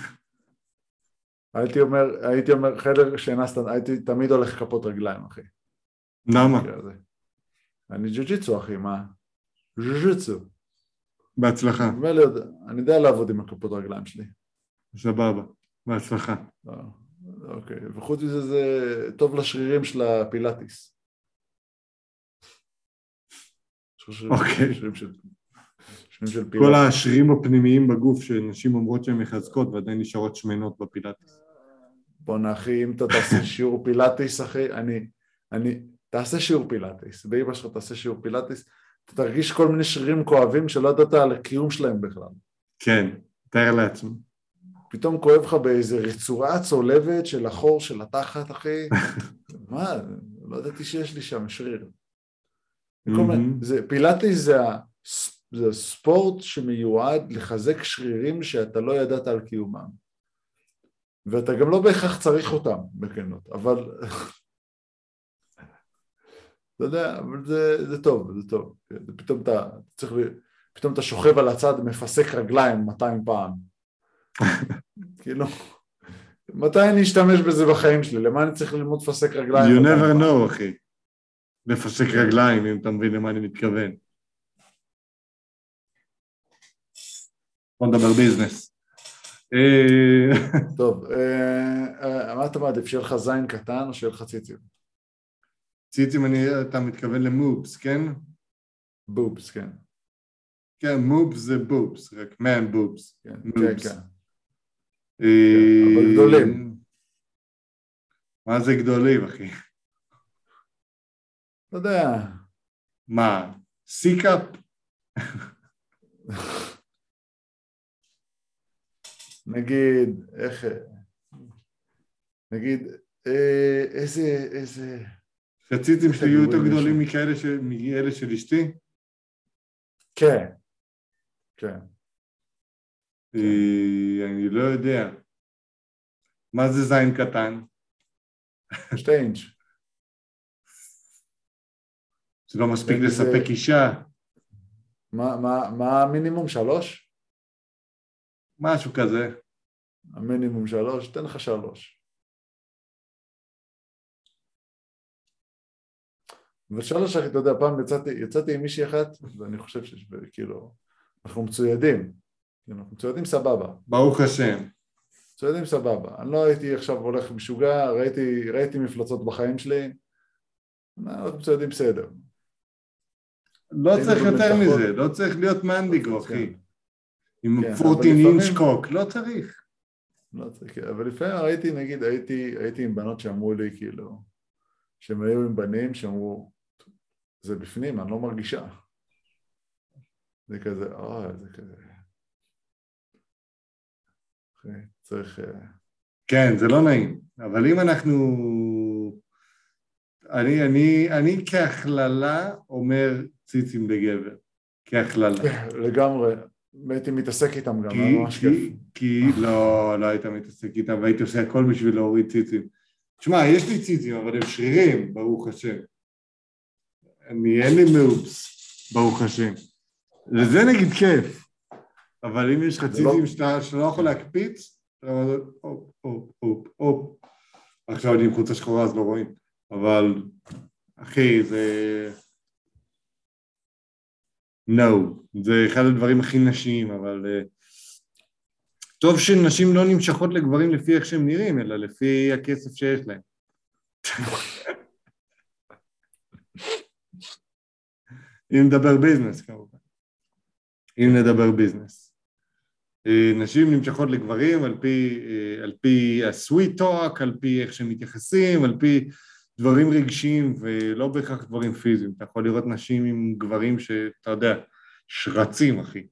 הייתי אומר חדר שינה סטנדרטי, הייתי תמיד הולך כפות רגליים, אחי. למה? אני ג'ו-ג'יצו, אחי, מה? ג'ו-ג'יצו. בהצלחה. אני יודע לעבוד עם הכפות הרגליים שלי. סבבה, בהצלחה. אוקיי, וחוץ מזה זה טוב לשרירים של הפילאטיס. אוקיי. שרירים של פילאטיס. כל השרירים הפנימיים בגוף שנשים אומרות שהן מחזקות ועדיין נשארות שמנות בפילאטיס. בוא אחי, אם אתה תעשה שיעור פילאטיס, אחי, תעשה שיעור פילאטיס, באמא שלך תעשה שיעור פילאטיס, אתה תרגיש כל מיני שרירים כואבים שלא ידעת על הקיום שלהם בכלל. כן, תאר לעצמי. פתאום כואב לך באיזה רצועה צולבת של החור של התחת, אחי. מה? לא ידעתי שיש לי שם שריר. פילאטיס זה ספורט שמיועד לחזק שרירים שאתה לא ידעת על קיומם. ואתה גם לא בהכרח צריך אותם בכנות, אבל אתה יודע, אבל זה טוב, זה טוב. פתאום אתה שוכב על הצד, מפסק רגליים 200 פעם. כאילו, מתי אני אשתמש בזה בחיים שלי? למה אני צריך ללמוד לפסק רגליים? You never know, אחי. לפסק רגליים, אם אתה מבין למה אני מתכוון. בוא נדבר ביזנס. טוב, מה אתה מעדיף? שיהיה לך זין קטן או שיהיה לך ציצים? ציצים, אתה מתכוון למובס, כן? בובס, כן. כן, מובס זה בובס, רק man boobs. כן. אבל גדולים. מה זה גדולים, אחי? לא יודע. מה? סיקאפ? נגיד, איזה... שהציצים שלי יהיו יותר גדולים מאלה של אשתי? כן. אני לא יודע. מה זה זין קטן? 2 אינץ'. זה לא מספיק לספק אישה. מה המינימום? 3? משהו כזה. המינימום 3, תן לך 3. אבל 3, אתה יודע, פעם יצאתי עם מישהי אחת, ואני חושב שכאילו, אנחנו מצוידים סבבה. ברוך השם. מצוידים סבבה. אני לא הייתי עכשיו הולך משוגע, ראיתי מפלצות בחיים שלי, אנחנו מצוידים בסדר. לא צריך יותר מזה, לא צריך להיות מנדיגו, אחי. עם 14 אינץ' קוק, לא צריך. לא צריך, אבל לפעמים הייתי עם בנות שאמרו לי, כאילו, שהם היו עם בנים שאמרו, זה בפנים, אני לא מרגישה. זה כזה, זה כזה. צריך... כן, זה לא נעים, אבל אם אנחנו... אני כהכללה אומר ציצים לגבר, כהכללה. לגמרי, הייתי מתעסק איתם גם, ממש כיף. כי לא היית מתעסק איתם, והייתי עושה הכל בשביל להוריד ציצים. תשמע, יש לי ציצים, אבל הם שרירים, ברוך השם. אין לי מאופס, ברוך השם. לזה נגיד כיף. אבל אם יש לך ציצים שאתה לא יכול להקפיץ, אתה אומר, אופ. עכשיו אני עם חולצה שחורה אז לא רואים. אבל, אחי, זה... זה אחד הדברים הכי נשיים, אבל... טוב שנשים לא נמשכות לגברים לפי איך שהם נראים, אלא לפי הכסף שיש להם. אם נדבר ביזנס, כמובן. אם נדבר ביזנס. נשים נמשכות לגברים על פי הסוויט טוק, על פי איך שהם מתייחסים, על פי דברים רגשיים ולא בהכרח דברים פיזיים. אתה יכול לראות נשים עם גברים שאתה יודע, שרצים, אחי.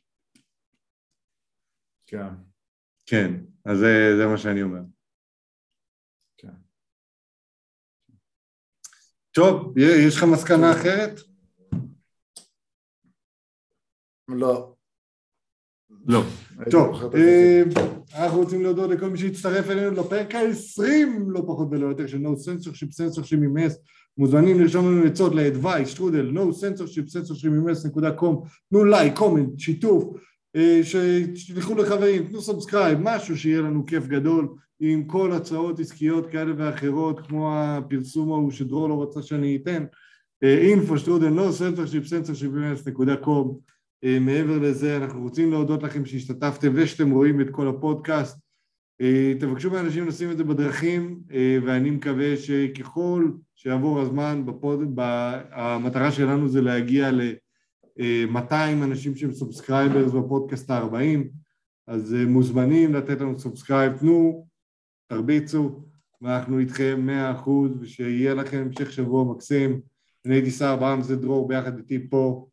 כן. כן, אז זה מה שאני אומר. כן. טוב, יש לך מסקנה אחרת? לא. לא. טוב, אנחנו רוצים להודות לכל מי שהצטרף אלינו לפרק ה-20, לא פחות ולא יותר, של No Censorship, Censorship ממס. מוזמנים לרשום לנו עצות ל-advice, שטרודל, No Censorship, Censorship ממס.com. תנו לייק, קומנט, שיתוף, שתלכו לחברים, תנו סאבסקרייב, משהו שיהיה לנו כיף גדול, עם כל הצעות עסקיות כאלה ואחרות, כמו הפרסום ההוא שדרור לא רצה שאני אתן. info, שטרודל, No Censorship, Censorship ממס.com. מעבר לזה, אנחנו רוצים להודות לכם שהשתתפתם ושאתם רואים את כל הפודקאסט. תבקשו מאנשים לשים את זה בדרכים, ואני מקווה שככל שיעבור הזמן, המטרה שלנו זה להגיע ל-200 אנשים שהם סובסקרייברס בפודקאסט ה-40, אז מוזמנים לתת לנו סובסקרייב, תנו, תרביצו, ואנחנו איתכם 100%, ושיהיה לכם המשך שבוע מקסים. אני הייתי שר בעם, זה דרור ביחד איתי פה.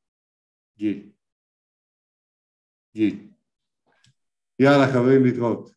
גיל. יאללה חברים, להתראות.